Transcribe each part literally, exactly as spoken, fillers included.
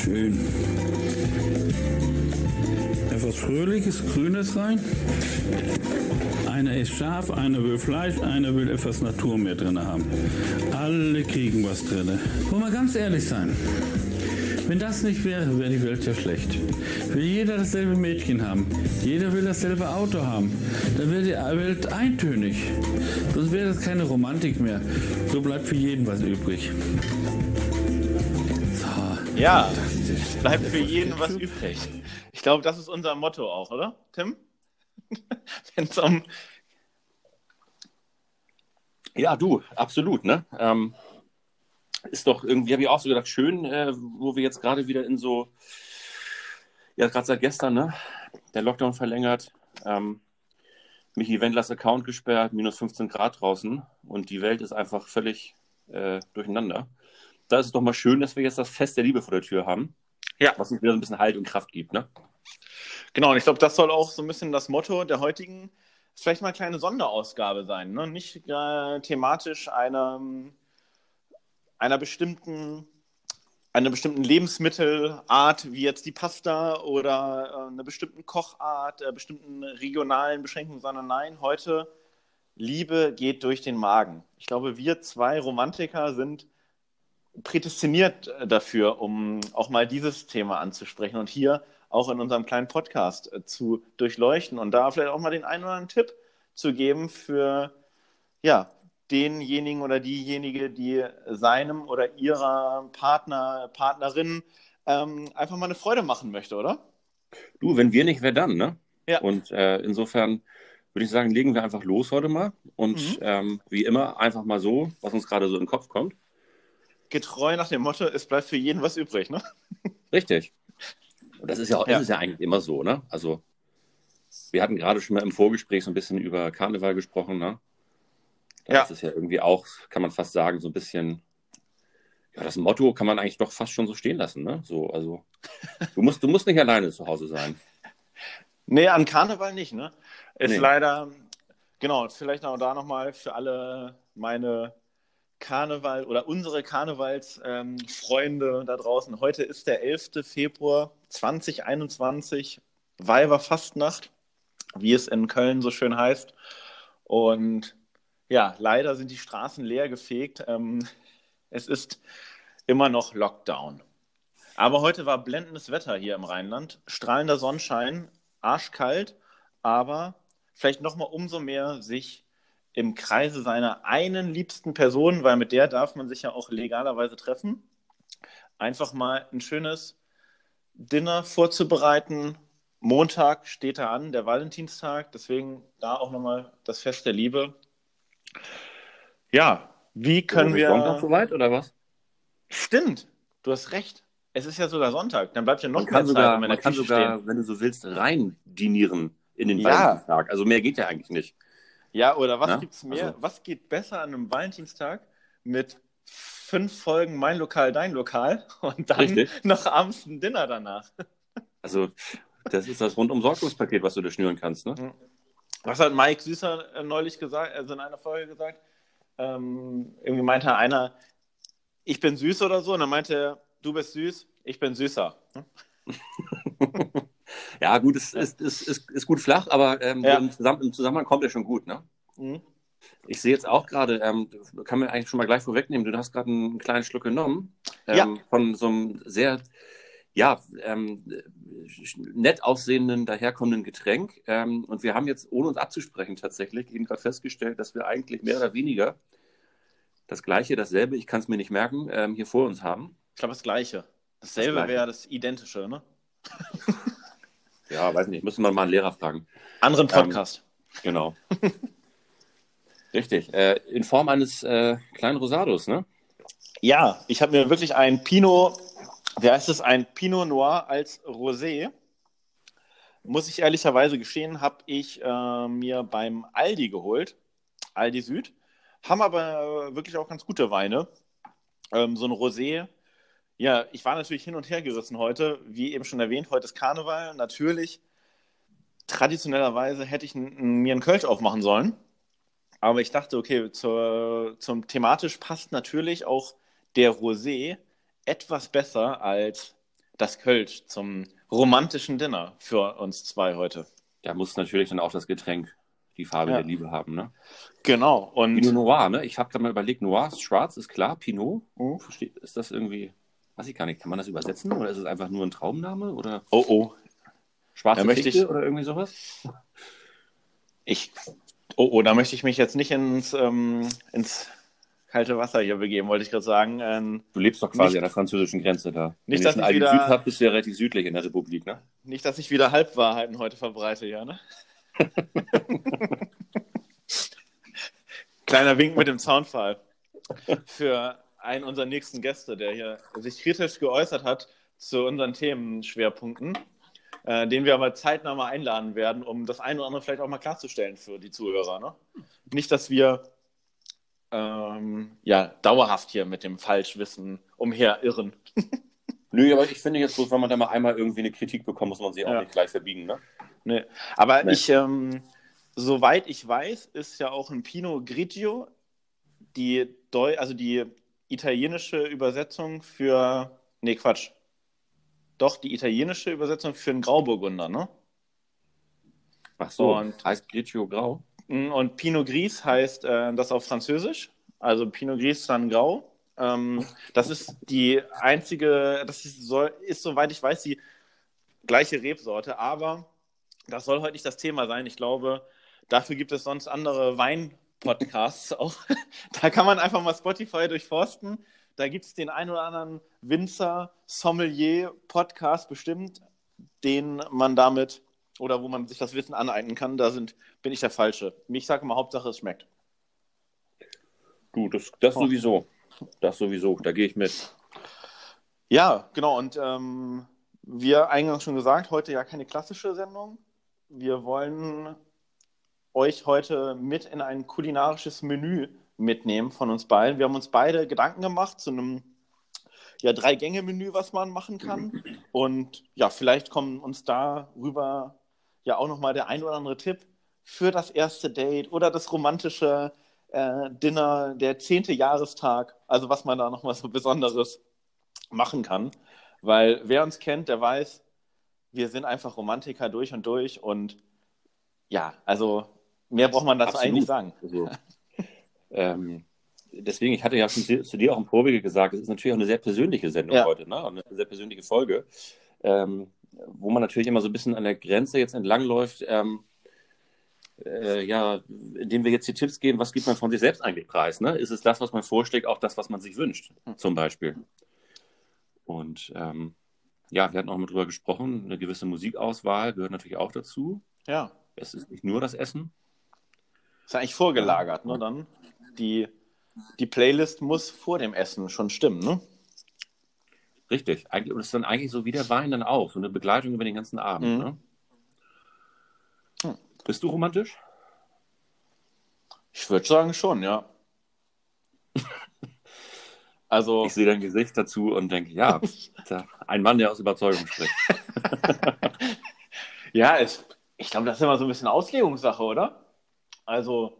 Schön. Etwas Fröhliches, Grünes rein. Einer ist scharf, einer will Fleisch, einer will etwas Natur mehr drin haben. Alle kriegen was drin. Wollen wir ganz ehrlich sein. Wenn das nicht wäre, wäre die Welt ja schlecht. Will jeder dasselbe Mädchen haben. Jeder will dasselbe Auto haben. Dann wäre die Welt eintönig. Sonst wäre das keine Romantik mehr. So bleibt für jeden was übrig. So, ja, bleibt für jeden was übrig. Ich glaube, das ist unser Motto auch, oder, Tim? Wenn es um... Ja, du, absolut, ne? Ähm, ist doch irgendwie, habe ich auch so gedacht, schön, äh, wo wir jetzt gerade wieder in so, ja, gerade seit gestern, ne? Der Lockdown verlängert, ähm, Michi Wendlers Account gesperrt, minus fünfzehn Grad draußen und die Welt ist einfach völlig äh, durcheinander. Da ist es doch mal schön, dass wir jetzt das Fest der Liebe vor der Tür haben. Ja. Was uns wieder so ein bisschen Halt und Kraft gibt, ne? Genau, und ich glaube, das soll auch so ein bisschen das Motto der heutigen, vielleicht mal eine kleine Sonderausgabe sein, ne? Nicht äh, thematisch einer, einer bestimmten, einer bestimmten Lebensmittelart, wie jetzt die Pasta oder äh, einer bestimmten Kochart, äh, bestimmten regionalen Beschränkungen, sondern nein, heute Liebe geht durch den Magen. Ich glaube, wir zwei Romantiker sind prädestiniert dafür, um auch mal dieses Thema anzusprechen und hier auch in unserem kleinen Podcast äh, zu durchleuchten und da vielleicht auch mal den einen oder anderen Tipp zu geben für ja, denjenigen oder diejenige, die seinem oder ihrer Partner, Partnerin ähm, einfach mal eine Freude machen möchte, oder? Du, wenn wir nicht, wer dann, ne? Ja. Und äh, insofern würde ich sagen, legen wir einfach los heute mal und Mhm. ähm, wie immer einfach mal so, was uns gerade so in den Kopf kommt. Getreu nach dem Motto, es bleibt für jeden was übrig, ne? Richtig. Und das ist ja, auch, Ja. ist es ja eigentlich immer so, ne? Also, wir hatten gerade schon mal im Vorgespräch so ein bisschen über Karneval gesprochen, ne? Da Ja. ist es ja irgendwie auch, kann man fast sagen, so ein bisschen, ja, das Motto kann man eigentlich doch fast schon so stehen lassen, ne? So, also, du musst, du musst nicht alleine zu Hause sein. Nee, an Karneval nicht, ne? Ist Nee. leider, genau, vielleicht auch da nochmal für alle meine Karneval oder unsere Karnevalsfreunde ähm, da draußen. Heute ist der elfter Februar zweitausendeinundzwanzig, Weiberfastnacht, wie es in Köln so schön heißt. Und ja, leider sind die Straßen leer gefegt. Ähm, es ist immer noch Lockdown. Aber heute war blendendes Wetter hier im Rheinland, strahlender Sonnenschein, arschkalt, aber vielleicht nochmal umso mehr sich im Kreise seiner einen liebsten Person, weil mit der darf man sich ja auch legalerweise treffen, einfach mal ein schönes Dinner vorzubereiten. Montag steht da an, der Valentinstag, deswegen da auch nochmal das Fest der Liebe. Ja, wie können Also, wir... Sonntag soweit, oder was? Stimmt, du hast recht. Es ist ja sogar Sonntag, dann bleibt ja noch Man kann mehr sogar, Zeit, um in man der kann Küche sogar, stehen. wenn du so willst, rein dinieren in den Ja. Valentinstag. Also mehr geht ja eigentlich nicht. Ja, oder was Ja? gibt's mehr? Also- Was geht besser an einem Valentinstag mit fünf Folgen Mein Lokal, Dein Lokal und dann Richtig. noch abends ein Dinner danach? Also, das ist das Rundum-Sorglos-Paket, was du da schnüren kannst, ne? Was hat Mike Süßer äh, neulich gesagt, also in einer Folge gesagt? Ähm, irgendwie meinte einer, ich bin süß oder so, und dann meinte er, du bist süß, ich bin süßer. Ja, gut, es ist, ist, ist, ist gut flach, aber ähm, Ja. so im, Zusammen im Zusammenhang kommt er schon gut, ne? Mhm. Ich sehe jetzt auch gerade, ähm, kann man eigentlich schon mal gleich vorwegnehmen, du hast gerade einen kleinen Schluck genommen ähm, Ja. von so einem sehr, ja, ähm, nett aussehenden, daherkommenden Getränk. Ähm, und wir haben jetzt, ohne uns abzusprechen tatsächlich, eben gerade festgestellt, dass wir eigentlich mehr oder weniger das Gleiche, dasselbe, ich kann es mir nicht merken, ähm, hier vor uns haben. Ich glaube, das Gleiche. Dasselbe Gleiche. wäre das Identische, ne? Ja, weiß nicht, müsste man mal einen Lehrer fragen. Anderen Podcast. Ähm, genau. Richtig. Äh, in Form eines äh, kleinen Rosados, ne? Ja, ich habe mir wirklich ein Pinot, wie heißt es, ein Pinot Noir als Rosé. Muss ich ehrlicherweise gestehen, habe ich äh, mir beim Aldi geholt. Aldi Süd. Haben aber äh, wirklich auch ganz gute Weine. Ähm, so ein Rosé. Ja, ich war natürlich hin und her gerissen heute. Wie eben schon erwähnt, heute ist Karneval. Natürlich, traditionellerweise hätte ich n- n- mir einen Kölsch aufmachen sollen. Aber ich dachte, okay, zur, zum thematisch passt natürlich auch der Rosé etwas besser als das Kölsch zum romantischen Dinner für uns zwei heute. Da muss natürlich dann auch das Getränk die Farbe Ja. der Liebe haben, ne? Genau. Und Pinot Noir, ne? Ich habe gerade mal überlegt, Noir ist schwarz, ist klar, Pinot. Mhm. Versteht- Ist das irgendwie, weiß ich gar nicht, kann man das übersetzen oder ist es einfach nur ein Traumname oder oh oh, schwarze Da möchte Fichte ich- oder irgendwie sowas? ich, oh oh, da möchte ich mich jetzt nicht ins, ähm, ins kalte Wasser hier begeben, wollte ich gerade sagen. Ähm, Du lebst doch quasi Nicht- an der französischen Grenze da. Nicht, Wenn dass ihr ich schon wieder- Süd habt, bist du ja relativ südlich in der Republik, ne? nicht, dass ich wieder Halbwahrheiten heute verbreite, ja, ne? Kleiner Wink mit dem Zaunpfahl für einen unserer nächsten Gäste, der hier sich kritisch geäußert hat zu unseren Themenschwerpunkten, äh, den wir aber zeitnah mal einladen werden, um das eine oder andere vielleicht auch mal klarzustellen für die Zuhörer. Ne? Nicht, dass wir ähm, ja, dauerhaft hier mit dem Falschwissen umherirren. Nö, aber ich finde jetzt bloß, wenn man da mal einmal irgendwie eine Kritik bekommt, muss man sie auch Ja. nicht gleich verbiegen, ne? Nee. Aber Nee. ich, ähm, soweit ich weiß, ist ja auch ein Pinot Grigio die, Deu also die italienische Übersetzung für, nee, Quatsch. Doch, die italienische Übersetzung für einen Grauburgunder, ne? Ach so, Und- heißt Grigio Grau? Und Pinot Gris heißt äh, das auf Französisch, also Pinot Gris San Grau. Ähm, das ist die einzige, das ist, soll, ist, soweit ich weiß, die gleiche Rebsorte, aber das soll heute nicht das Thema sein. Ich glaube, dafür gibt es sonst andere Wein-Podcasts auch. Da kann man einfach mal Spotify durchforsten. Da gibt es den ein oder anderen Winzer-Sommelier-Podcast bestimmt, den man damit oder wo man sich das Wissen aneignen kann. Da sind, bin ich der Falsche. Ich sage immer, Hauptsache es schmeckt. Du, das, das Oh. sowieso. Das sowieso, da gehe ich mit. Ja, genau. Und ähm, wir eingangs schon gesagt, heute ja keine klassische Sendung. Wir wollen euch heute mit in ein kulinarisches Menü mitnehmen von uns beiden. Wir haben uns beide Gedanken gemacht zu einem ja, Drei-Gänge-Menü, was man machen kann. Und ja, vielleicht kommen uns darüber ja auch nochmal der ein oder andere Tipp für das erste Date oder das romantische äh, Dinner, der zehnte Jahrestag. Also was man da nochmal so Besonderes machen kann. Weil wer uns kennt, der weiß, wir sind einfach Romantiker durch und durch. Und ja, also mehr braucht man dazu Absolut. eigentlich nicht sagen. Also, ähm, deswegen, ich hatte ja schon zu, zu dir auch im Vorwege gesagt, es ist natürlich auch eine sehr persönliche Sendung Ja. heute, ne? Und eine sehr persönliche Folge, ähm, wo man natürlich immer so ein bisschen an der Grenze jetzt entlangläuft, ähm, äh, ja, indem wir jetzt die Tipps geben, was gibt man von sich selbst eigentlich preis, ne? Ist es das, was man vorschlägt, auch das, was man sich wünscht, zum Beispiel. Und ähm, ja, wir hatten auch mal drüber gesprochen, eine gewisse Musikauswahl gehört natürlich auch dazu. Ja, Es ist nicht nur das Essen. ist eigentlich vorgelagert, ne? Dann die, die Playlist muss vor dem Essen schon stimmen, ne? Richtig. Eigentlich, und es ist dann eigentlich so wie der Wein dann auch, so eine Begleitung über den ganzen Abend. Mhm. Ne? Hm. Bist du romantisch? Ich würde sagen schon, ja. Also, Ich sehe dein Gesicht dazu und denke, ja, da- ein Mann, der aus Überzeugung spricht. ja, es, ich glaube, das ist immer so ein bisschen Auslegungssache, oder? Also,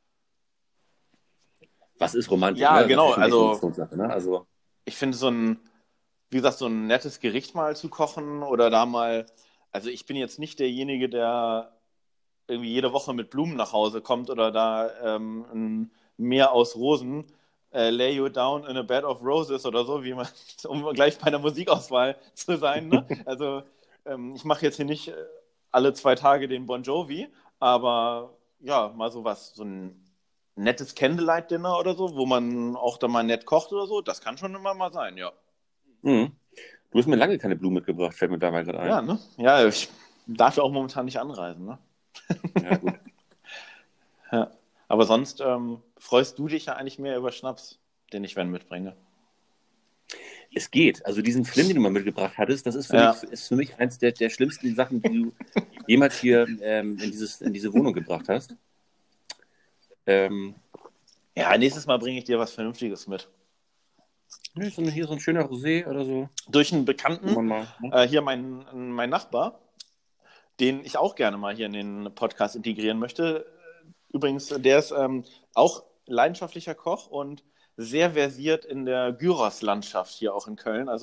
Was ist Romantik? Ja, ne? Das genau, ist schon also- Definitionssache, ne? also ich finde so ein, wie gesagt, so ein nettes Gericht mal zu kochen oder da mal, also ich bin jetzt nicht derjenige, der irgendwie jede Woche mit Blumen nach Hause kommt oder da ähm, ein Meer aus Rosen, äh, lay you down in a bed of roses oder so, wie man, um gleich bei der Musikauswahl zu sein. Ne? Also ähm, ich mache jetzt hier nicht äh, alle zwei Tage den Bon Jovi, aber ja, mal so was, so ein nettes Candlelight-Dinner oder so, wo man auch da mal nett kocht oder so, das kann schon immer mal sein, ja. mhm. Du hast mir lange keine Blumen mitgebracht, fällt mir dabei gerade ein. Ja, ne? Ja, ich darf ja auch momentan nicht anreisen, ne? Ja, gut. Ja. Aber sonst ähm, freust du dich ja eigentlich mehr über Schnaps, den ich wenn mitbringe. Es geht. Also diesen Film, den du mal mitgebracht hattest, das ist für, Ja. mich, ist für mich eins der, der schlimmsten Sachen, die du jemals hier ähm, in, dieses, in diese Wohnung gebracht hast. Ähm, Ja, nächstes Mal bringe ich dir was Vernünftiges mit. nö, so ein- hier so ein schöner Rosé oder so. Durch einen Kann Bekannten, man mal, ne? äh, hier mein, mein Nachbar, den ich auch gerne mal hier in den Podcast integrieren möchte. Übrigens, der ist ähm, auch leidenschaftlicher Koch und sehr versiert in der Gyros-Landschaft hier auch in Köln. Also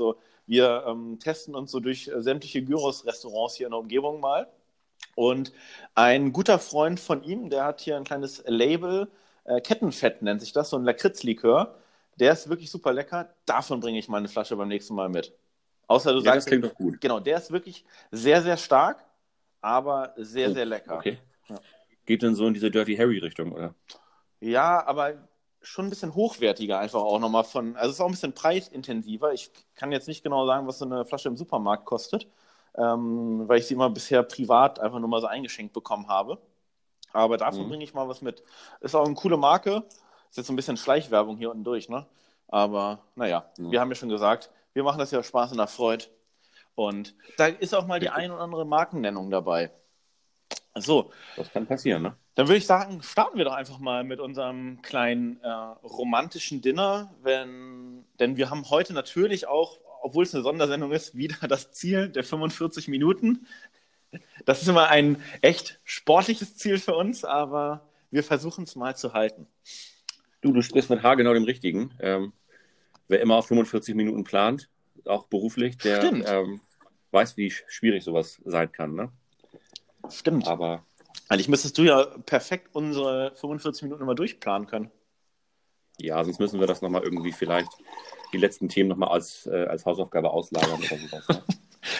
Wir ähm, testen uns so durch äh, sämtliche Gyros-Restaurants hier in der Umgebung mal. Und ein guter Freund von ihm, der hat hier ein kleines Label, äh, Kettenfett nennt sich das, so ein Lakritzlikör. Der ist wirklich super lecker. Davon bringe ich mal eine Flasche beim nächsten Mal mit. Außer du Ja, sagst, das klingt doch gut. Genau, der ist wirklich sehr, sehr stark, aber sehr, Oh, sehr lecker. Okay. Ja. Geht denn so in diese Dirty Harry-Richtung, oder? Ja, aber schon ein bisschen hochwertiger einfach auch nochmal von, also es ist auch ein bisschen preisintensiver. Ich kann jetzt nicht genau sagen, was so eine Flasche im Supermarkt kostet, ähm, weil ich sie immer bisher privat einfach nur mal so eingeschenkt bekommen habe. Aber davon Mhm. bringe ich mal was mit. Ist auch eine coole Marke. Ist jetzt so ein bisschen Schleichwerbung hier unten durch, ne? Aber naja, Mhm. wir haben ja schon gesagt, wir machen das ja aus Spaß und nach Freude. Und da ist auch mal die Richtig. ein oder andere Markennennung dabei. So, Das kann passieren, ne? dann würde ich sagen, starten wir doch einfach mal mit unserem kleinen äh, romantischen Dinner, wenn, denn wir haben heute natürlich auch, obwohl es eine Sondersendung ist, wieder das Ziel der fünfundvierzig Minuten. Das ist immer ein echt sportliches Ziel für uns, aber wir versuchen es mal zu halten. Du, du sprichst mit haargenau dem Richtigen. Ähm, wer immer auf fünfundvierzig Minuten plant, auch beruflich, der Stimmt. ähm, weiß, wie schwierig sowas sein kann, ne? Stimmt. Aber Eigentlich müsstest du ja perfekt unsere fünfundvierzig Minuten immer durchplanen können. ja, sonst müssen wir das nochmal irgendwie vielleicht die letzten Themen nochmal als, äh, als Hausaufgabe auslagern oder sowas. Ne?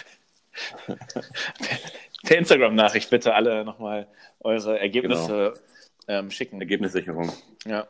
Per Instagram-Nachricht bitte alle nochmal eure Ergebnisse genau. ähm, schicken. Ergebnissicherung. Ja.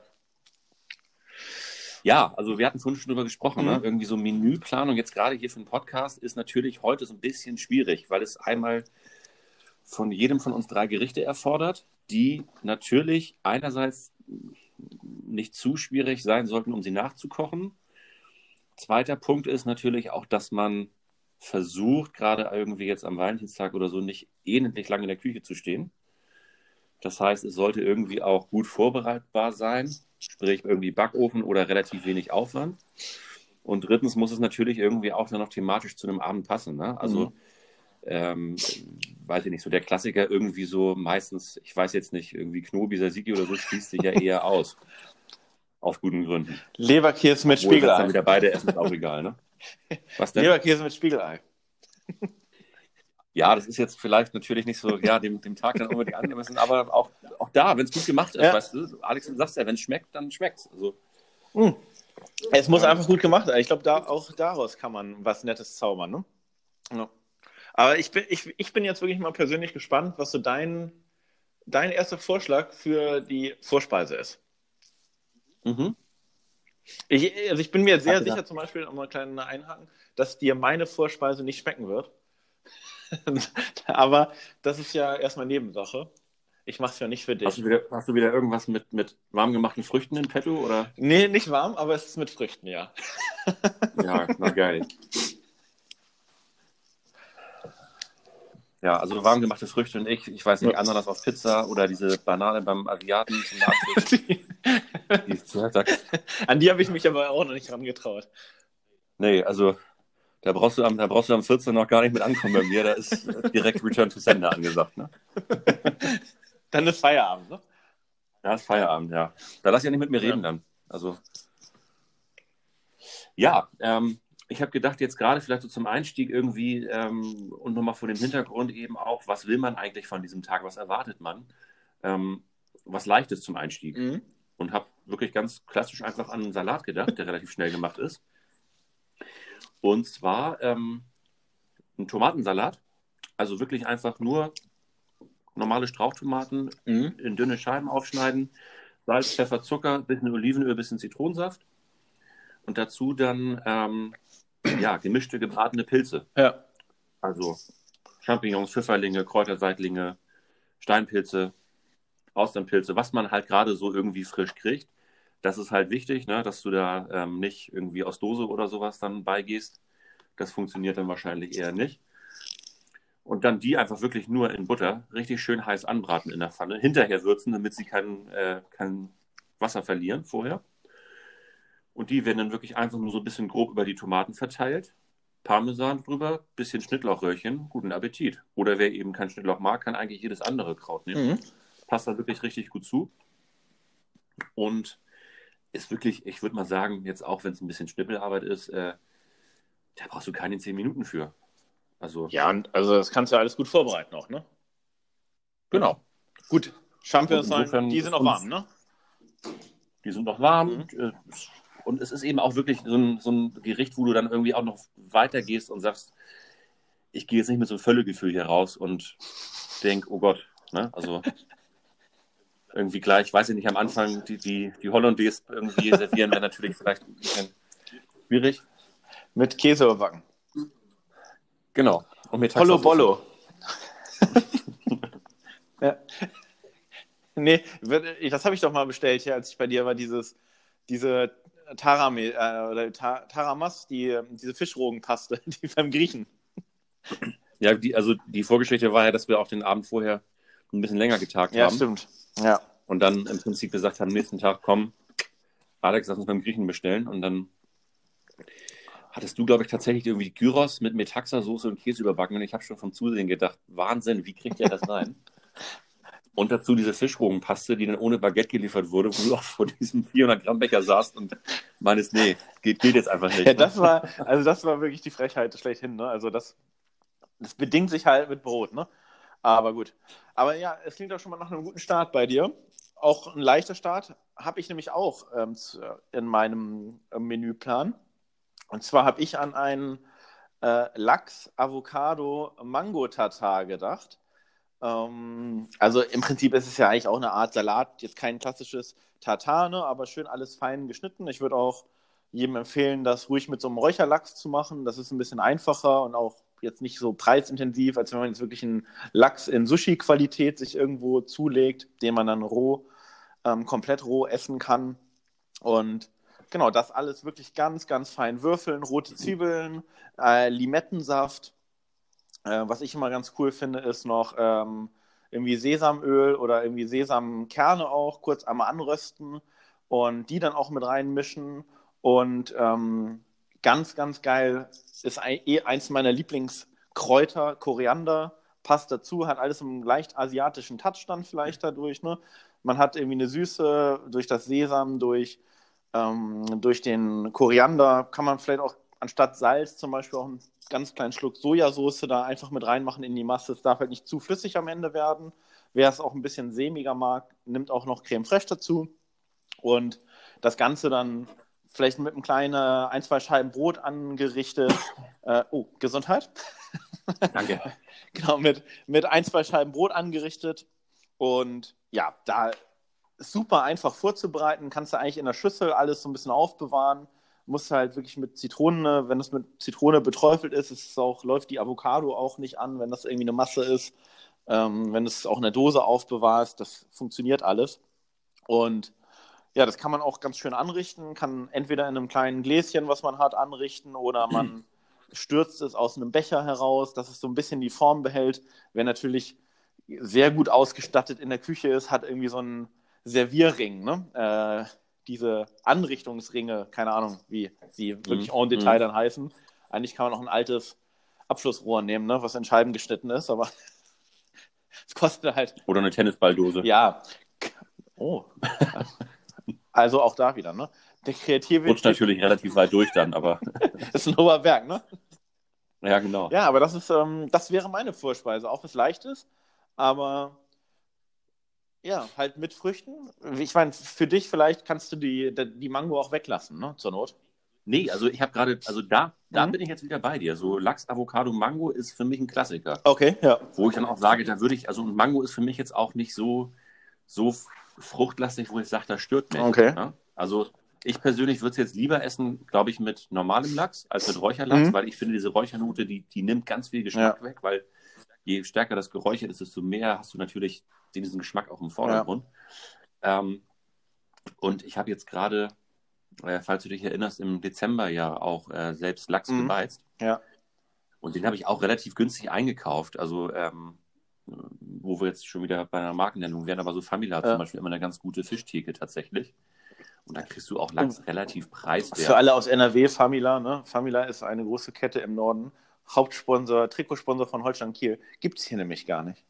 Ja, also wir hatten vorhin schon drüber gesprochen, Mhm. ne? Irgendwie so Menüplanung jetzt gerade hier für den Podcast ist natürlich heute so ein bisschen schwierig, weil es einmal von jedem von uns drei Gerichte erfordert, die natürlich einerseits nicht zu schwierig sein sollten, um sie nachzukochen. Zweiter Punkt ist natürlich auch, dass man versucht, gerade irgendwie jetzt am Valentinstag oder so, nicht elendlich lange in der Küche zu stehen. Das heißt, es sollte irgendwie auch gut vorbereitbar sein, sprich irgendwie Backofen oder relativ wenig Aufwand. Und drittens muss es natürlich irgendwie auch dann noch thematisch zu einem Abend passen. Ne? Also, Mhm. ähm, weiß ich nicht, so der Klassiker irgendwie so meistens, ich weiß jetzt nicht, irgendwie Knobi, Tzatziki oder so schließt sich ja eher aus. Aus guten Gründen. Leberkäse mit Obwohl wir Spiegelei. dann wieder beide essen, ist auch egal, ne? Was denn? Leberkäse mit Spiegelei. Ja, das ist jetzt vielleicht natürlich nicht so, ja, dem, dem Tag dann unbedingt angemessen, aber auch, auch da, wenn es gut gemacht ist, Ja. weißt du, Alex, du sagst ja, wenn es schmeckt, dann schmeckt es. Also, Mhm. Es muss einfach gut gemacht sein. Ich glaube, da, auch daraus kann man was Nettes zaubern. Ne? Ja. Aber ich bin, ich, ich bin jetzt wirklich mal persönlich gespannt, was so dein, dein erster Vorschlag für die Vorspeise ist. mhm. Ich, also ich bin mir sehr Ach, ja. sicher, zum Beispiel, um mal einen kleinen Einhaken, dass dir meine Vorspeise nicht schmecken wird. Aber das ist ja erstmal Nebensache. Ich mache es ja nicht für dich. Hast du wieder, hast du wieder irgendwas mit, mit warm gemachten Früchten in petto? Oder? Nee, nicht warm, aber es ist mit Früchten, ja. Ja, na geil. Ja, also warm gemachte Früchte und ich, ich weiß nicht, Ja. Ananas auf Pizza oder diese Banane beim Asiaten zum Nachtisch. Die, da, An die habe ich mich aber auch noch nicht rangetraut. nee, also da brauchst, du am, da brauchst du am vierzehn noch gar nicht mit ankommen bei mir. Da ist direkt Return to Sender angesagt. Ne? Dann ist Feierabend, ne? Da ist Feierabend, ja. Da lass ich ja nicht mit mir reden Ja. dann. Also, ja, ähm, ich habe gedacht, jetzt gerade vielleicht so zum Einstieg irgendwie ähm, und nochmal vor dem Hintergrund eben auch, was will man eigentlich von diesem Tag, was erwartet man? Ähm, was Leichtes zum Einstieg. Mhm. Und habe wirklich ganz klassisch einfach an einen Salat gedacht, der relativ schnell gemacht ist. Und zwar ähm, ein Tomatensalat. Also wirklich einfach nur normale Strauchtomaten Mhm. in dünne Scheiben aufschneiden, Salz, Pfeffer, Zucker, bisschen Olivenöl, bisschen Zitronensaft und dazu dann ähm, ja, gemischte gebratene Pilze. Ja. Also Champignons, Pfifferlinge, Kräuterseitlinge, Steinpilze, Austernpilze, was man halt gerade so irgendwie frisch kriegt. Das ist halt wichtig, ne, dass du da ähm, nicht irgendwie aus Dose oder sowas dann beigehst. Das funktioniert dann wahrscheinlich eher nicht. Und dann die einfach wirklich nur in Butter richtig schön heiß anbraten in der Pfanne, hinterher würzen, damit sie kein, äh, kein Wasser verlieren vorher. Und die werden dann wirklich einfach nur so ein bisschen grob über die Tomaten verteilt. Parmesan drüber, bisschen Schnittlauchröhrchen, guten Appetit. Oder wer eben kein Schnittlauch mag, kann eigentlich jedes andere Kraut nehmen. Mhm. Passt da wirklich richtig gut zu. Und ist wirklich, ich würde mal sagen, jetzt auch wenn es ein bisschen Schnippelarbeit ist, äh, da brauchst du keine zehn Minuten für. Also, Ja, und also das kannst du ja alles gut vorbereiten auch, ne? genau. Gut, Champions Und insofern sein, die sind noch uns- warm, ne? Die sind noch warm. Mhm. äh, Und es ist eben auch wirklich so ein, so ein Gericht, wo du dann irgendwie auch noch weitergehst und sagst, ich gehe jetzt nicht mit so einem Völlegefühl hier raus und denke, oh Gott, ne? Also irgendwie gleich, weiß ich nicht, am Anfang die, die, die Hollandaise irgendwie servieren wäre natürlich vielleicht ein bisschen schwierig. Mit Käse überbacken. Genau. Und mit Hollo Taxasauce. Bollo. Ja. Nee, wird- das habe ich doch mal bestellt hier, als ich bei dir war, dieses, diese Tarame, äh, oder Ta- Taramas, die, ähm, diese Fischrogenpaste, die beim Griechen. Ja, die, also die Vorgeschichte war ja, dass wir auch den Abend vorher ein bisschen länger getagt Ja, haben stimmt. Ja. und dann im Prinzip gesagt haben, nächsten Tag, komm, Alex, lass uns beim Griechen bestellen. Und dann hattest du, glaube ich, tatsächlich irgendwie Gyros mit Metaxa-Soße und Käse überbacken. Und ich habe schon vom Zusehen gedacht, Wahnsinn, wie kriegt ihr das rein? Und dazu diese Fischrogenpaste, die dann ohne Baguette geliefert wurde, wo du auch vor diesem vierhundert Gramm Becher saßt und meinst, nee, geht, geht jetzt einfach nicht. Ja, das war, also das war wirklich die Frechheit schlechthin, ne? Also das, das bedingt sich halt mit Brot, ne? Aber gut. Aber ja, es klingt doch schon mal nach einem guten Start bei dir. Auch ein leichter Start habe ich nämlich auch ähm, zu- in meinem äh, Menüplan. Und zwar habe ich an einen äh, Lachs, Avocado, Mango-Tatar gedacht. Ähm, also im Prinzip ist es ja eigentlich auch eine Art Salat, jetzt kein klassisches Tatar, ne, aber schön alles fein geschnitten. Ich würde auch jedem empfehlen, das ruhig mit so einem Räucherlachs zu machen. Das ist ein bisschen einfacher und auch jetzt nicht so preisintensiv, als wenn man jetzt wirklich einen Lachs in Sushi-Qualität sich irgendwo zulegt, den man dann roh, ähm, komplett roh essen kann. Und genau, das alles wirklich ganz, ganz fein würfeln, rote Zwiebeln, äh, Limettensaft. Äh, was ich immer ganz cool finde, ist noch ähm, irgendwie Sesamöl oder irgendwie Sesamkerne auch kurz einmal anrösten und die dann auch mit reinmischen. Und ähm, ganz, ganz geil ist ein, eh eins meiner Lieblingskräuter, Koriander, passt dazu, hat alles einen leicht asiatischen Touch dann vielleicht dadurch. Ne? Man hat irgendwie eine Süße durch das Sesam, durch, ähm, durch den Koriander, kann man vielleicht auch anstatt Salz zum Beispiel auch einen ganz kleinen Schluck Sojasauce da einfach mit reinmachen in die Masse. Es darf halt nicht zu flüssig am Ende werden. Wer es auch ein bisschen sämiger mag, nimmt auch noch Creme Fraiche dazu. Und das Ganze dann vielleicht mit einem kleinen ein, zwei Scheiben Brot angerichtet. Äh, oh, Gesundheit. Danke. Genau, mit, mit ein, zwei Scheiben Brot angerichtet. Und ja, da ist super einfach vorzubereiten. Kannst du eigentlich in der Schüssel alles so ein bisschen aufbewahren. Musst halt wirklich mit Zitrone, wenn es mit Zitrone beträufelt ist, ist es auch, läuft die Avocado auch nicht an, wenn das irgendwie eine Masse ist. Ähm, wenn du es auch in der Dose aufbewahrst, das funktioniert alles. Und ja, das kann man auch ganz schön anrichten, kann entweder in einem kleinen Gläschen, was man hat, anrichten oder man stürzt es aus einem Becher heraus, dass es so ein bisschen die Form behält. Wer natürlich sehr gut ausgestattet in der Küche ist, hat irgendwie so einen Servierring, ne? Äh, diese Anrichtungsringe, keine Ahnung, wie sie wirklich Mhm. en Detail Mhm. dann heißen. Eigentlich kann man auch ein altes Abflussrohr nehmen, ne, was in Scheiben geschnitten ist, aber es kostet halt, Oder eine Tennisballdose. ja, oh, also auch da wieder, ne? Der Kreative Rutscht natürlich relativ weit durch dann, aber ist ein hoher Berg, ne? ja, genau. Ja, aber das ist, ähm, das wäre meine Vorspeise, auch was Leichtes, aber ja, halt mit Früchten. Ich meine, für dich vielleicht kannst du die, die Mango auch weglassen, ne, zur Not. Nee, also ich habe gerade, also da, da Mhm. bin ich jetzt wieder bei dir. So Lachs, Avocado, Mango ist für mich ein Klassiker. Okay, ja. Wo ich dann auch sage, da würde ich, also und Mango ist für mich jetzt auch nicht so, so fruchtlastig, wo ich sage, das stört mich. Okay. Ja? Also ich persönlich würde es jetzt lieber essen, glaube ich, mit normalem Lachs als mit Räucherlachs, Mhm. weil ich finde, diese Räuchernote, die, die nimmt ganz viel Geschmack Ja. weg, weil je stärker das geräuchert ist, desto mehr hast du natürlich diesen Geschmack auch im Vordergrund. Ähm, und ich habe jetzt gerade, äh, falls du dich erinnerst, im Dezember ja auch äh, selbst Lachs Mhm. gebeizt. Ja. Und den habe ich auch relativ günstig eingekauft. Also, ähm, wo wir jetzt schon wieder bei einer Markennennung wären, aber so Famila Ja. zum Beispiel immer eine ganz gute Fischtheke tatsächlich. Und da kriegst du auch Lachs relativ preiswert. Für alle aus N R W, Famila, ne? Famila ist eine große Kette im Norden. Hauptsponsor, Trikotsponsor von Holstein Kiel. Gibt es hier nämlich gar nicht.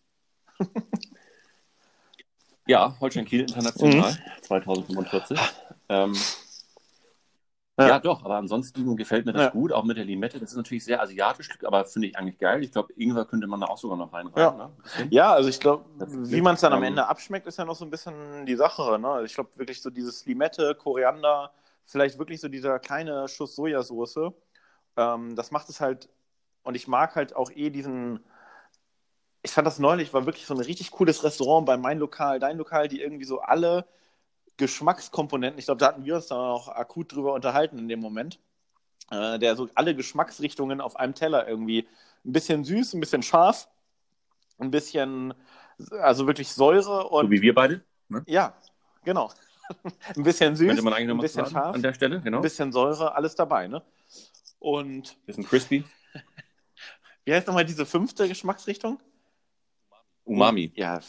Ja, Holstein Kiel international, Mhm. zweitausendfünfundvierzig. Ähm, Ja, Ja. doch, aber ansonsten gefällt mir das Ja. gut, auch mit der Limette. Das ist natürlich sehr asiatisch, aber finde ich eigentlich geil. Ich glaube, Ingwer könnte man da auch sogar noch reinreiben. Ja. Ne? Ein bisschen. Ja, also ich glaube, Tatsächlich. wie man es dann am Ähm, Ende abschmeckt, ist ja noch so ein bisschen die Sache. Ne? Also ich glaube wirklich so dieses Limette, Koriander, vielleicht wirklich so dieser kleine Schuss Sojasauce. Ähm, das macht es halt, und ich mag halt auch eh diesen, ich fand das neulich, war wirklich so ein richtig cooles Restaurant bei Mein Lokal, Dein Lokal, die irgendwie so alle Geschmackskomponenten, ich glaube, da hatten wir uns dann auch akut drüber unterhalten in dem Moment, äh, der so alle Geschmacksrichtungen auf einem Teller irgendwie ein bisschen süß, ein bisschen scharf, ein bisschen, also wirklich Säure so und wie wir beide. Ne? ja, genau. Ein bisschen süß, Könnte man eigentlich ein nochmal bisschen sagen scharf, an der Stelle, ein genau. bisschen Säure, alles dabei, ne? Und Bisschen crispy. wie heißt nochmal diese fünfte Geschmacksrichtung? Umami. Ja,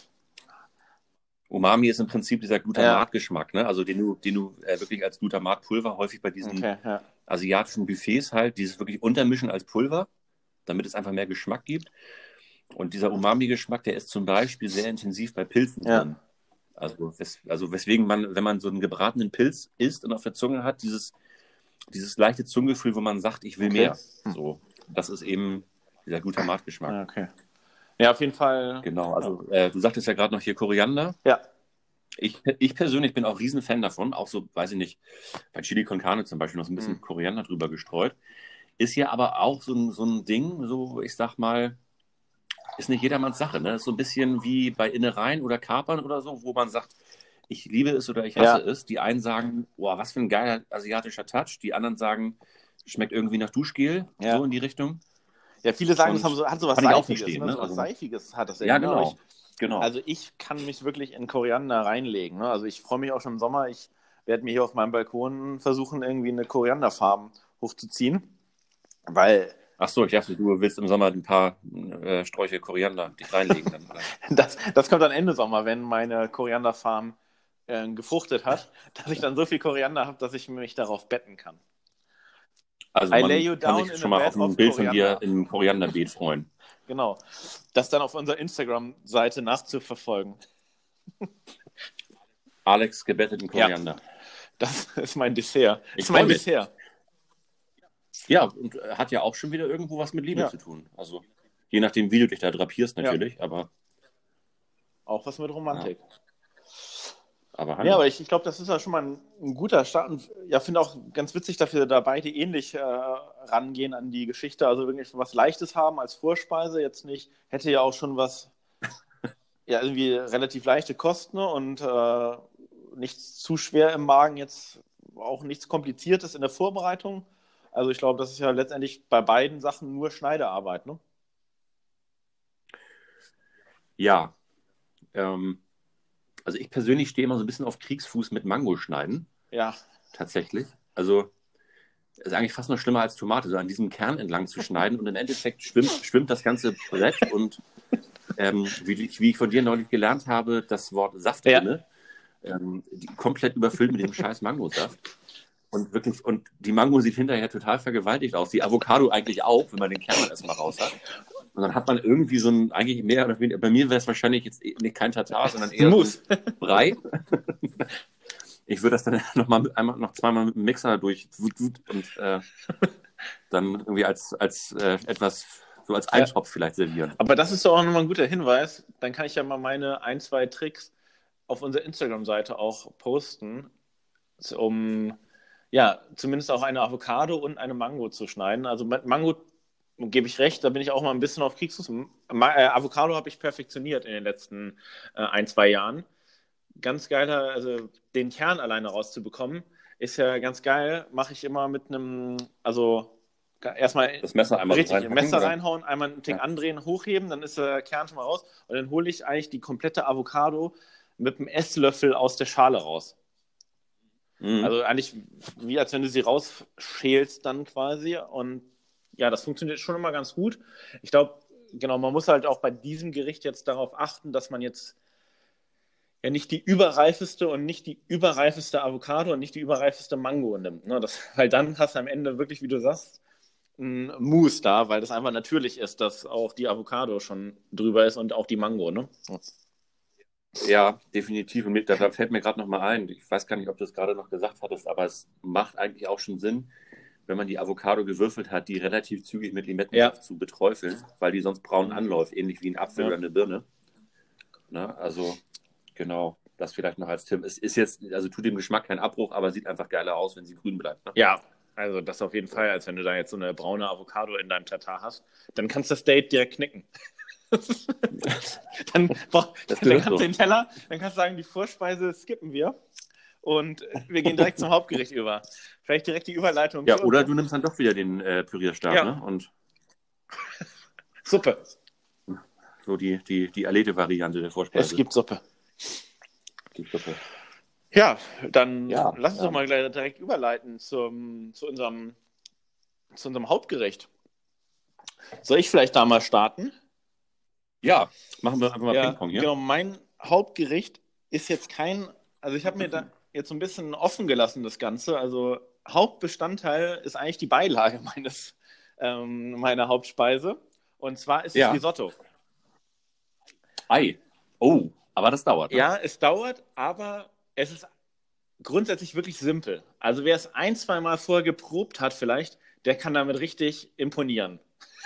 Umami ist im Prinzip dieser Glutamatgeschmack, ne? Also den du, den du äh, wirklich als Glutamatpulver häufig bei diesen okay, ja. asiatischen Buffets halt, dieses wirklich Untermischen als Pulver, damit es einfach mehr Geschmack gibt. Und dieser Umami-Geschmack, der ist zum Beispiel sehr intensiv bei Pilzen Ja. drin. Also, wes also weswegen man, wenn man so einen gebratenen Pilz isst und auf der Zunge hat, dieses, dieses leichte Zungengefühl, wo man sagt, ich will Okay. mehr. So, das ist eben dieser Glutamatgeschmack. Ja, okay. Ja, auf jeden Fall. Genau, also äh, du sagtest ja gerade noch hier Koriander. Ja. Ich, ich persönlich bin auch riesen Fan davon, auch so, weiß ich nicht, bei Chili con Carne zum Beispiel noch so ein bisschen Mhm. Koriander drüber gestreut. Ist ja aber auch so ein, so ein Ding, so ich sag mal, ist nicht jedermanns Sache. Ne? Ist so ein bisschen wie bei Innereien oder Kapern oder so, wo man sagt, ich liebe es oder ich hasse Ja. es. Die einen sagen, boah, was für ein geiler asiatischer Touch. Die anderen sagen, schmeckt irgendwie nach Duschgel, Ja. so in die Richtung. Ja, viele sagen, Und das haben so, hat so was kann ich auch Seifiges. verstehen, Ne? ne? So was Also- Seifiges hat das Ja, irgendwie, aber genau. Ich, genau. Also ich kann mich wirklich in Koriander reinlegen. Ne? Also ich freue mich auch schon im Sommer. Ich werde mir hier auf meinem Balkon versuchen, irgendwie eine Korianderfarm hochzuziehen. Weil Ach so, ich dachte, du willst im Sommer ein paar äh, Sträuche Koriander dich reinlegen. Dann, oder? das, das kommt dann Ende Sommer, wenn meine Korianderfarm äh, gefruchtet hat, dass ich dann so viel Koriander habe, dass ich mich darauf betten kann. Also I man lay you kann down sich in schon a mal bed auf ein of Bild von dir Koriander. im Korianderbeet freuen. Genau. Das dann auf unserer Instagram-Seite nachzuverfolgen. Alex gebettet in Koriander. Das ist mein Dessert. Das Ich ist mein freu mich. Dessert. Ja, und äh, hat ja auch schon wieder irgendwo was mit Liebe Ja. zu tun. Also je nachdem, wie du dich da drapierst natürlich, aber, Auch was mit Romantik. aber Ja, hallo. aber ich, ich glaube, das ist ja schon mal ein, ein guter Start. Und ja, finde auch ganz witzig, dass wir da beide ähnlich äh, rangehen an die Geschichte. Also wirklich was Leichtes haben als Vorspeise. Jetzt nicht, hätte ja auch schon was, ja, irgendwie relativ leichte Kosten und äh, nichts zu schwer im Magen, jetzt auch nichts Kompliziertes in der Vorbereitung. Also ich glaube, das ist ja letztendlich bei beiden Sachen nur Schneidearbeit, ne? Ja, ähm, also ich persönlich stehe immer so ein bisschen auf Kriegsfuß mit Mango schneiden, Ja, tatsächlich. Also ist eigentlich fast noch schlimmer als Tomate, so an diesem Kern entlang zu schneiden und im Endeffekt schwimmt, schwimmt das ganze Brett und ähm, wie, ich- wie ich von dir neulich gelernt habe, das Wort Saftrinne, ähm, die, komplett überfüllt mit diesem scheiß Mangosaft. Und wirklich, und die Mango sieht hinterher total vergewaltigt aus. Die Avocado eigentlich auch, wenn man den Kern dann erstmal raus hat. Und dann hat man irgendwie so ein, eigentlich mehr oder weniger, bei mir wäre es wahrscheinlich jetzt eh- nicht kein Tatar, sondern eher so Mousse. ein Brei. Ich würde das dann noch mal mit, einmal noch zweimal mit dem Mixer durch und äh, dann irgendwie als, als äh, etwas, so als Eintopf vielleicht servieren. Aber das ist doch auch nochmal ein guter Hinweis. Dann kann ich ja mal meine ein, zwei Tricks auf unserer Instagram-Seite auch posten, um ja, zumindest auch eine Avocado und eine Mango zu schneiden. Also mit Mango gebe ich recht, da bin ich auch mal ein bisschen auf Kriegsfuß. Ma- äh, Avocado habe ich perfektioniert in den letzten äh, ein, zwei Jahren. Ganz geiler, also den Kern alleine rauszubekommen, ist ja ganz geil. Mache ich immer mit einem, also erstmal Das Messer einmal so richtig im reinpacken, Messer oder? reinhauen, einmal einen Tick Ja. andrehen, hochheben, dann ist der Kern schon mal raus und dann hole ich eigentlich die komplette Avocado mit einem Esslöffel aus der Schale raus. Mhm. Also eigentlich wie als wenn du sie rausschälst dann quasi und ja, das funktioniert schon immer ganz gut. Ich glaube, genau, man muss halt auch bei diesem Gericht jetzt darauf achten, dass man jetzt ja nicht die überreifeste und nicht die überreifeste Avocado und nicht die überreifeste Mango nimmt. Ne? Das, weil dann hast du am Ende wirklich, wie du sagst, ein Mousse da, weil das einfach natürlich ist, dass auch die Avocado schon drüber ist und auch die Mango. Ne? Ja, definitiv. Und mit, da, da fällt mir gerade noch mal ein, ich weiß gar nicht, ob du es gerade noch gesagt hattest, aber es macht eigentlich auch schon Sinn, wenn man die Avocado gewürfelt hat, die relativ zügig mit Limettensaft Ja. zu beträufeln, weil die sonst braun anläuft, ähnlich wie ein Apfel Ja. oder eine Birne. Ne? Also, genau, das vielleicht noch als Tipp. Es ist jetzt, also tut dem Geschmack keinen Abbruch, aber sieht einfach geiler aus, wenn sie grün bleibt. Ne? Ja, also das auf jeden Fall, als wenn du da jetzt so eine braune Avocado in deinem Tatar hast, dann kannst du das Date direkt knicken. dann, boah, Das dann gehört kannst so. du den Teller, dann kannst du sagen, die Vorspeise skippen wir und wir gehen direkt zum Hauptgericht über. Vielleicht direkt die Überleitung. Ja, zu oder uns. du nimmst dann doch wieder den äh, Pürierstab, Ja. ne? Und Suppe. so die, die, die Alete-Variante der Vorspeise. Es gibt Suppe. Die Suppe. Ja, dann Ja, lass uns ja. doch mal gleich direkt überleiten zum, zu, unserem, zu unserem Hauptgericht. Soll ich vielleicht da mal starten? Ja, machen wir einfach mal Ja, Ping-Pong hier. genau. Mein Hauptgericht ist jetzt kein, also ich habe mir da jetzt so ein bisschen offen gelassen, das Ganze. Also Hauptbestandteil ist eigentlich die Beilage meines, ähm, meiner Hauptspeise. Und zwar ist es Ja. Risotto. Ei. Oh, aber das dauert. Ne? Ja, es dauert, aber es ist grundsätzlich wirklich simpel. Also wer es ein, zwei Mal vorher geprobt hat vielleicht, der kann damit richtig imponieren.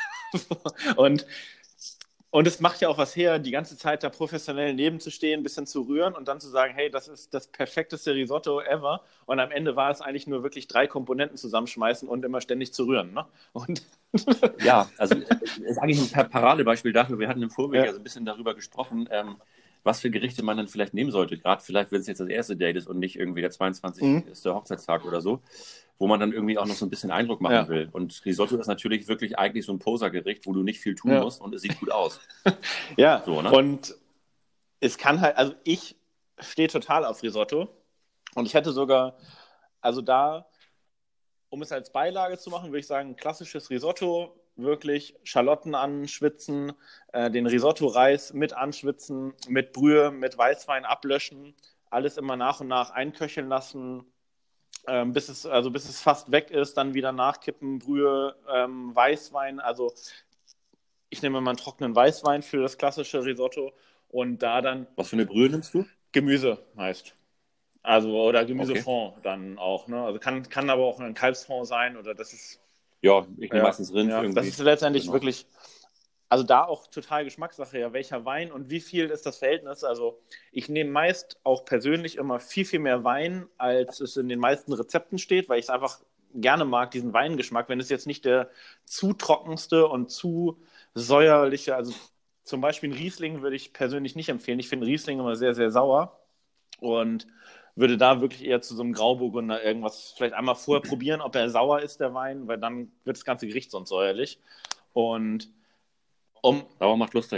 und, und es macht ja auch was her, die ganze Zeit da professionell nebenzustehen, ein bisschen zu rühren und dann zu sagen, hey, das ist das perfekteste Risotto ever. Und am Ende war es eigentlich nur wirklich drei Komponenten zusammenschmeißen und immer ständig zu rühren. Ne? Und Ja, also das ist eigentlich ein Pa- Paradebeispiel dafür. Wir hatten im Vorweg Ja. ja so ein bisschen darüber gesprochen, ähm, was für Gerichte man dann vielleicht nehmen sollte. Gerade vielleicht, wenn es jetzt das erste Date ist und nicht irgendwie der zweiundzwanzigste Mhm. Hochzeitstag oder so, wo man dann irgendwie auch noch so ein bisschen Eindruck machen Ja. will. Und Risotto ist natürlich wirklich eigentlich so ein Posergericht, wo du nicht viel tun Ja. musst und es sieht gut aus. Ja, So, ne? und es kann halt, also ich stehe total auf Risotto und ich hätte sogar, also da, um es als Beilage zu machen, würde ich sagen, klassisches Risotto, wirklich Schalotten anschwitzen, äh, den Risotto-Reis mit anschwitzen, mit Brühe, mit Weißwein ablöschen, alles immer nach und nach einköcheln lassen, ähm, bis es, also bis es fast weg ist, dann wieder nachkippen, Brühe, ähm, Weißwein, also ich nehme mal einen trockenen Weißwein für das klassische Risotto und da dann Was für eine Brühe nimmst du? Gemüse heißt. Also, oder Gemüsefond dann auch. Ne? Also kann, kann aber auch ein Kalbsfond sein oder das ist. Ja, ich nehme Ja, meistens Rind ja, irgendwie. das ist letztendlich Genau. wirklich. Also da auch total Geschmackssache, ja, welcher Wein und wie viel ist das Verhältnis. Also ich nehme meist auch persönlich immer viel, viel mehr Wein, als es in den meisten Rezepten steht, weil ich es einfach gerne mag, diesen Weingeschmack. Wenn es jetzt nicht der zu trockenste und zu säuerliche, also zum Beispiel ein Riesling würde ich persönlich nicht empfehlen. Ich finde Riesling immer sehr, sehr sauer und würde da wirklich eher zu so einem Grauburgunder irgendwas vielleicht einmal vorher probieren, ob er sauer ist, der Wein, weil dann wird das ganze Gericht sonst säuerlich. Und um, Sauer macht lustig.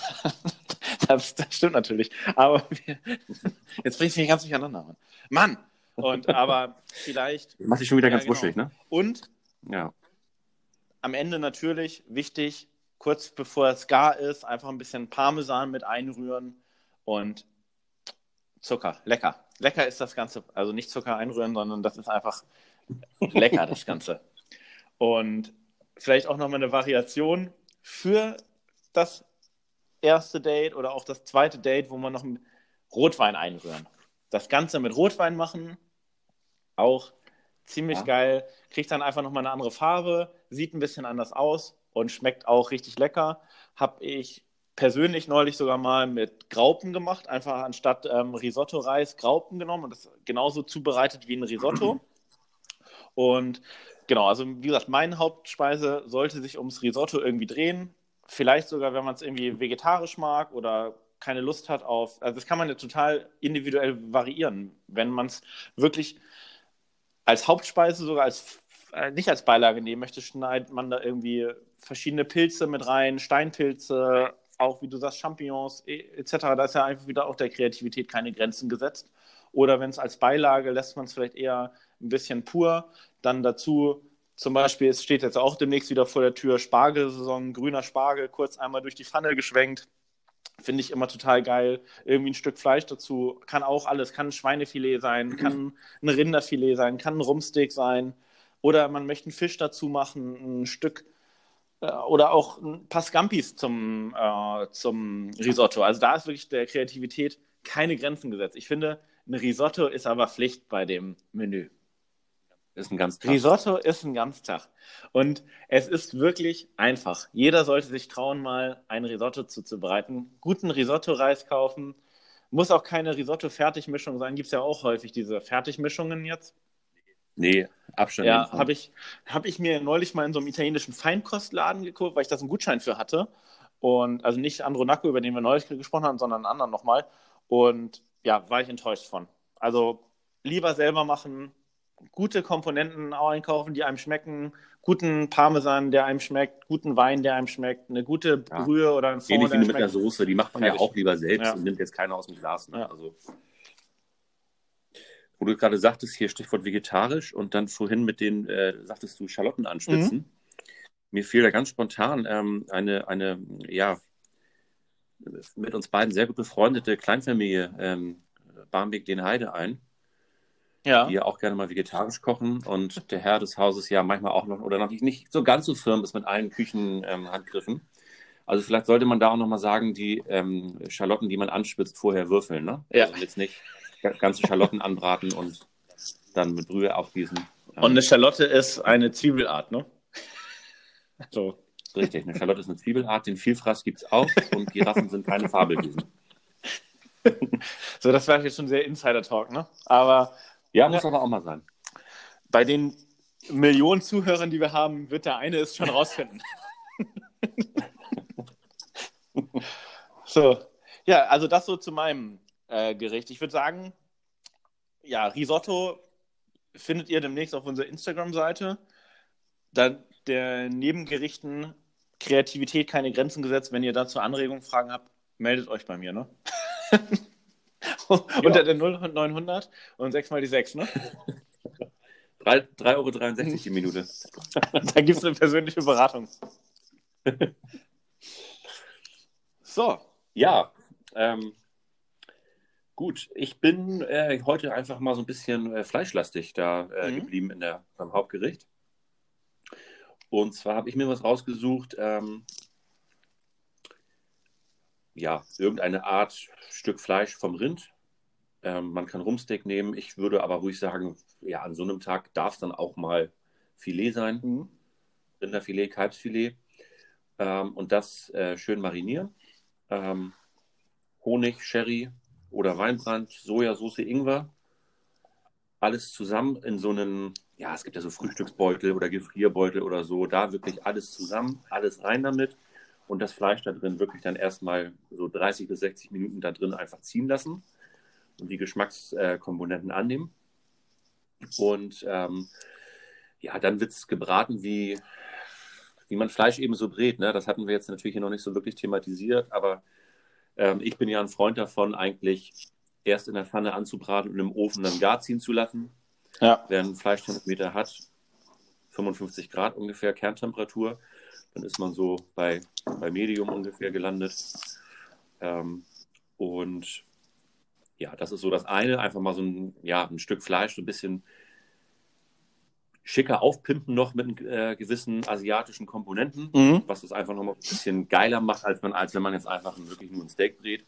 das, das stimmt natürlich. Aber wir, jetzt bringst du mich ganz durcheinander, Mann. Mann! Und aber vielleicht. Das macht dich schon wieder Ja, ganz genau. wuschig, ne? Und Ja. am Ende natürlich wichtig, kurz bevor es gar ist, einfach ein bisschen Parmesan mit einrühren und Zucker. Lecker. Lecker ist das Ganze. Also nicht Zucker einrühren, sondern das ist einfach lecker, das Ganze. Und vielleicht auch nochmal eine Variation für das erste Date oder auch das zweite Date, wo man noch einen Rotwein einrühren. Das Ganze mit Rotwein machen, auch ziemlich Ja. geil. Kriegt dann einfach nochmal eine andere Farbe, sieht ein bisschen anders aus und schmeckt auch richtig lecker. Habe ich persönlich neulich sogar mal mit Graupen gemacht, einfach anstatt ähm, Risotto-Reis Graupen genommen und das genauso zubereitet wie ein Risotto. Und genau, also wie gesagt, meine Hauptspeise sollte sich ums Risotto irgendwie drehen. Vielleicht sogar, wenn man es irgendwie vegetarisch mag oder keine Lust hat auf, also das kann man ja total individuell variieren. Wenn man es wirklich als Hauptspeise sogar als äh, nicht als Beilage nehmen möchte, schneidet man da irgendwie verschiedene Pilze mit rein, Steinpilze, auch wie du sagst, Champignons et cetera. Da ist ja einfach wieder auch der Kreativität keine Grenzen gesetzt. Oder wenn es als Beilage lässt man es vielleicht eher ein bisschen pur. Dann dazu zum Beispiel, es steht jetzt auch demnächst wieder vor der Tür, Spargelsaison, grüner Spargel, kurz einmal durch die Pfanne geschwenkt. Finde ich immer total geil. Irgendwie ein Stück Fleisch dazu. Kann auch alles. Kann ein Schweinefilet sein, kann ein Rinderfilet sein, kann ein Rumpsteak sein. Oder man möchte einen Fisch dazu machen, ein Stück. äh, Oder auch ein paar Scampis zum, äh, zum Risotto. Also da ist wirklich der Kreativität keine Grenzen gesetzt. Ich finde, ein Risotto ist aber Pflicht bei dem Menü. Ist ein Ganztag. Risotto ist ein Ganztag. Und es ist wirklich einfach. Jeder sollte sich trauen, mal ein Risotto zuzubereiten. Guten Risotto-Reis kaufen. Muss auch keine Risotto-Fertigmischung sein. Gibt es ja auch häufig diese Fertigmischungen jetzt. Nee, Abstand. Ja, habe ich, hab ich mir neulich mal in so einem italienischen Feinkostladen gekauft, weil ich da einen Gutschein für hatte. Und also nicht Andronacco, über den wir neulich gesprochen haben, sondern einen anderen nochmal. Und ja, war ich enttäuscht von. Also lieber selber machen, gute Komponenten einkaufen, die einem schmecken, guten Parmesan, der einem schmeckt, guten Wein, der einem schmeckt, eine gute Brühe ja. oder ein Fond, ähnlich der wie mit schmeckt. der Soße, die macht man Fertig. ja auch lieber selbst ja. und nimmt jetzt keiner aus dem Glas. Ne? Ja. Also, wo du gerade sagtest, hier Stichwort vegetarisch und dann vorhin mit den, äh, sagtest du, Schalotten anspitzen. Mhm. Mir fiel da ganz spontan ähm, eine, eine, ja, mit uns beiden sehr gut befreundete Kleinfamilie ähm, Barmbek-Den-Heide ein. Ja. Die ja auch gerne mal vegetarisch kochen und der Herr des Hauses ja manchmal auch noch oder noch nicht, nicht so ganz so firm ist mit allen Küchenhandgriffen. Ähm, also vielleicht sollte man da auch nochmal sagen, die ähm, Schalotten, die man anspitzt, vorher würfeln. Ne? Ja. Also jetzt nicht ganze Schalotten anbraten und dann mit Brühe aufgießen. Und eine Schalotte ist eine Zwiebelart, ne? So. Richtig, eine Schalotte ist eine Zwiebelart, den Vielfraß gibt es auch und Giraffen sind keine Fabelwesen. So, das war jetzt schon sehr Insider-Talk, ne? Aber ja, muss ja, aber auch mal sein. Bei den Millionen Zuhörern, die wir haben, wird der eine es schon rausfinden. So, ja, also das so zu meinem äh, Gericht. Ich würde sagen, ja, Risotto findet ihr demnächst auf unserer Instagram-Seite. Dann der Nebengerichten Kreativität keine Grenzen gesetzt. Wenn ihr dazu Anregungen, Fragen habt, meldet euch bei mir, ne? Unter der null neunhundert und sechs mal die sechs, ne? drei Euro dreiundsechzig die Minute. Da gibt es eine persönliche Beratung. So. Ja, ähm, gut. Ich bin äh, heute einfach mal so ein bisschen äh, fleischlastig da äh, mhm. geblieben in der, beim Hauptgericht. Und zwar habe ich mir was rausgesucht, ähm, ja, irgendeine Art Stück Fleisch vom Rind. Ähm, man kann Rumpsteak nehmen. Ich würde aber ruhig sagen, ja, an so einem Tag darf es dann auch mal Filet sein. Mhm. Rinderfilet, Kalbsfilet. Ähm, und das äh, schön marinieren. Ähm, Honig, Sherry oder Weinbrand, Sojasauce, Ingwer. Alles zusammen in so einen, ja, es gibt ja so Frühstücksbeutel oder Gefrierbeutel oder so. Da wirklich alles zusammen, alles rein damit. Und das Fleisch da drin wirklich dann erstmal so dreißig bis sechzig Minuten da drin einfach ziehen lassen und die Geschmackskomponenten annehmen. Und ähm, ja, dann wird es gebraten, wie, wie man Fleisch eben so brät. Ne? Das hatten wir jetzt natürlich hier noch nicht so wirklich thematisiert, aber ähm, ich bin ja ein Freund davon, eigentlich erst in der Pfanne anzubraten und im Ofen dann gar ziehen zu lassen. Ja. Wer einen Fleischthermometer hat, fünfundfünfzig Grad ungefähr Kerntemperatur, dann ist man so bei, bei Medium ungefähr gelandet. Ähm, und ja, das ist so das eine. Einfach mal so ein, ja, ein Stück Fleisch, so ein bisschen schicker aufpimpen noch mit äh, gewissen asiatischen Komponenten, mhm. was das einfach noch mal ein bisschen geiler macht, als, man, als wenn man jetzt einfach wirklich nur ein Steak brät.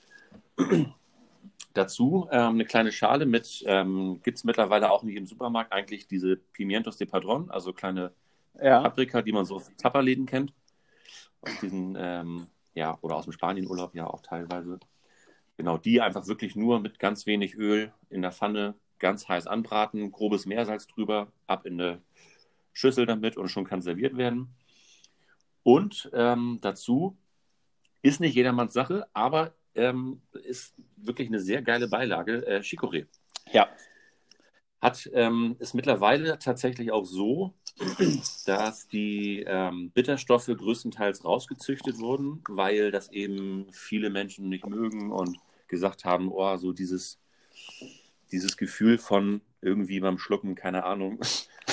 Dazu ähm, eine kleine Schale mit, ähm, gibt es mittlerweile auch in jedem Supermarkt eigentlich diese Pimientos de Padron, also kleine ja. Paprika, die man so aus Tapperläden kennt. Aus diesen, ähm, ja, oder aus dem Spanienurlaub ja auch teilweise. Genau, die einfach wirklich nur mit ganz wenig Öl in der Pfanne ganz heiß anbraten, grobes Meersalz drüber, ab in eine Schüssel damit und schon kann serviert werden. Und ähm, dazu ist nicht jedermanns Sache, aber ähm, ist wirklich eine sehr geile Beilage, äh, Chicorée. Ja. Hat, ähm, ist mittlerweile tatsächlich auch so, dass die ähm, Bitterstoffe größtenteils rausgezüchtet wurden, weil das eben viele Menschen nicht mögen und gesagt haben, oh, so dieses, dieses Gefühl von irgendwie beim Schlucken, keine Ahnung,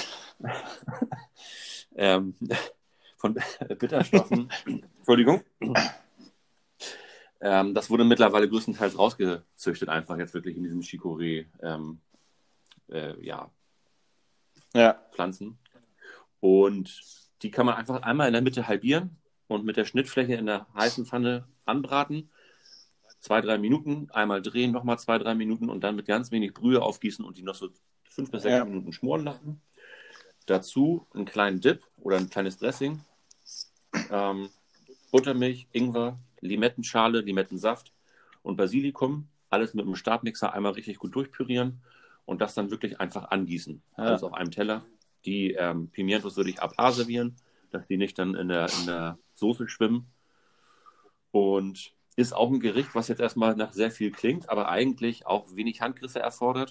ähm, von Bitterstoffen, Entschuldigung, ähm, das wurde mittlerweile größtenteils rausgezüchtet, einfach jetzt wirklich in diesem Chicorée, ähm, äh, ja, ja, Pflanzen. Und die kann man einfach einmal in der Mitte halbieren und mit der Schnittfläche in der heißen Pfanne anbraten. zwei, drei Minuten, einmal drehen, nochmal zwei, drei Minuten und dann mit ganz wenig Brühe aufgießen und die noch so fünf bis sechs Ja. Minuten schmoren lassen. Dazu einen kleinen Dip oder ein kleines Dressing, ähm, Buttermilch, Ingwer, Limettenschale, Limettensaft und Basilikum. Alles mit einem Stabmixer einmal richtig gut durchpürieren und das dann wirklich einfach angießen. Ja. Alles auf einem Teller. Die ähm, Pimientos würde ich ab servieren, dass die nicht dann in der, in der Soße schwimmen. Und ist auch ein Gericht, was jetzt erstmal nach sehr viel klingt, aber eigentlich auch wenig Handgriffe erfordert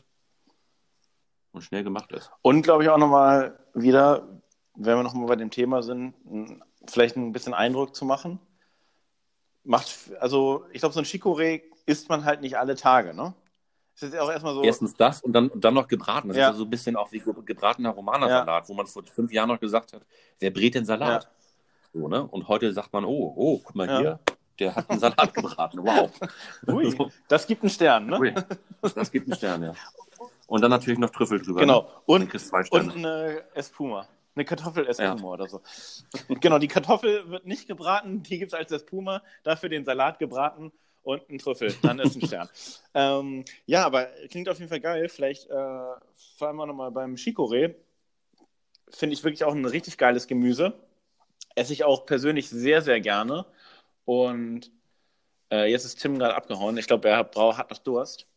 und schnell gemacht ist. Und glaube ich auch nochmal wieder, wenn wir nochmal bei dem Thema sind, n- vielleicht ein bisschen Eindruck zu machen. Macht, also ich glaube, so ein Chicorée isst man halt nicht alle Tage, ne? Ist jetzt auch erstmal so. Erstens das und dann, und dann noch gebraten. Das Ja. ist ja so ein bisschen auch wie ge- gebratener Romana-Salat, wo man vor fünf Jahren noch gesagt hat, wer brät denn Salat? Ja. So, ne? Und heute sagt man, oh, oh, guck mal Ja. hier, der hat einen Salat gebraten. Wow. Ui, das gibt einen Stern, ne? Ui, das gibt einen Stern, ja. Und dann natürlich noch Trüffel drüber. Genau. Ne? Dann Und, kriegst du zwei und Sterne. eine Espuma. Eine Kartoffel-Espuma oder so. Genau, die Kartoffel wird nicht gebraten, die gibt es als Espuma, dafür den Salat gebraten und ein Trüffel, dann ist ein Stern. ähm, ja, aber klingt auf jeden Fall geil. Vielleicht äh, vor allem auch nochmal beim Chicorée. Finde ich wirklich auch ein richtig geiles Gemüse. Esse ich auch persönlich sehr, sehr gerne. Und äh, jetzt ist Tim gerade abgehauen. Ich glaube, er hat, brau- hat noch Durst.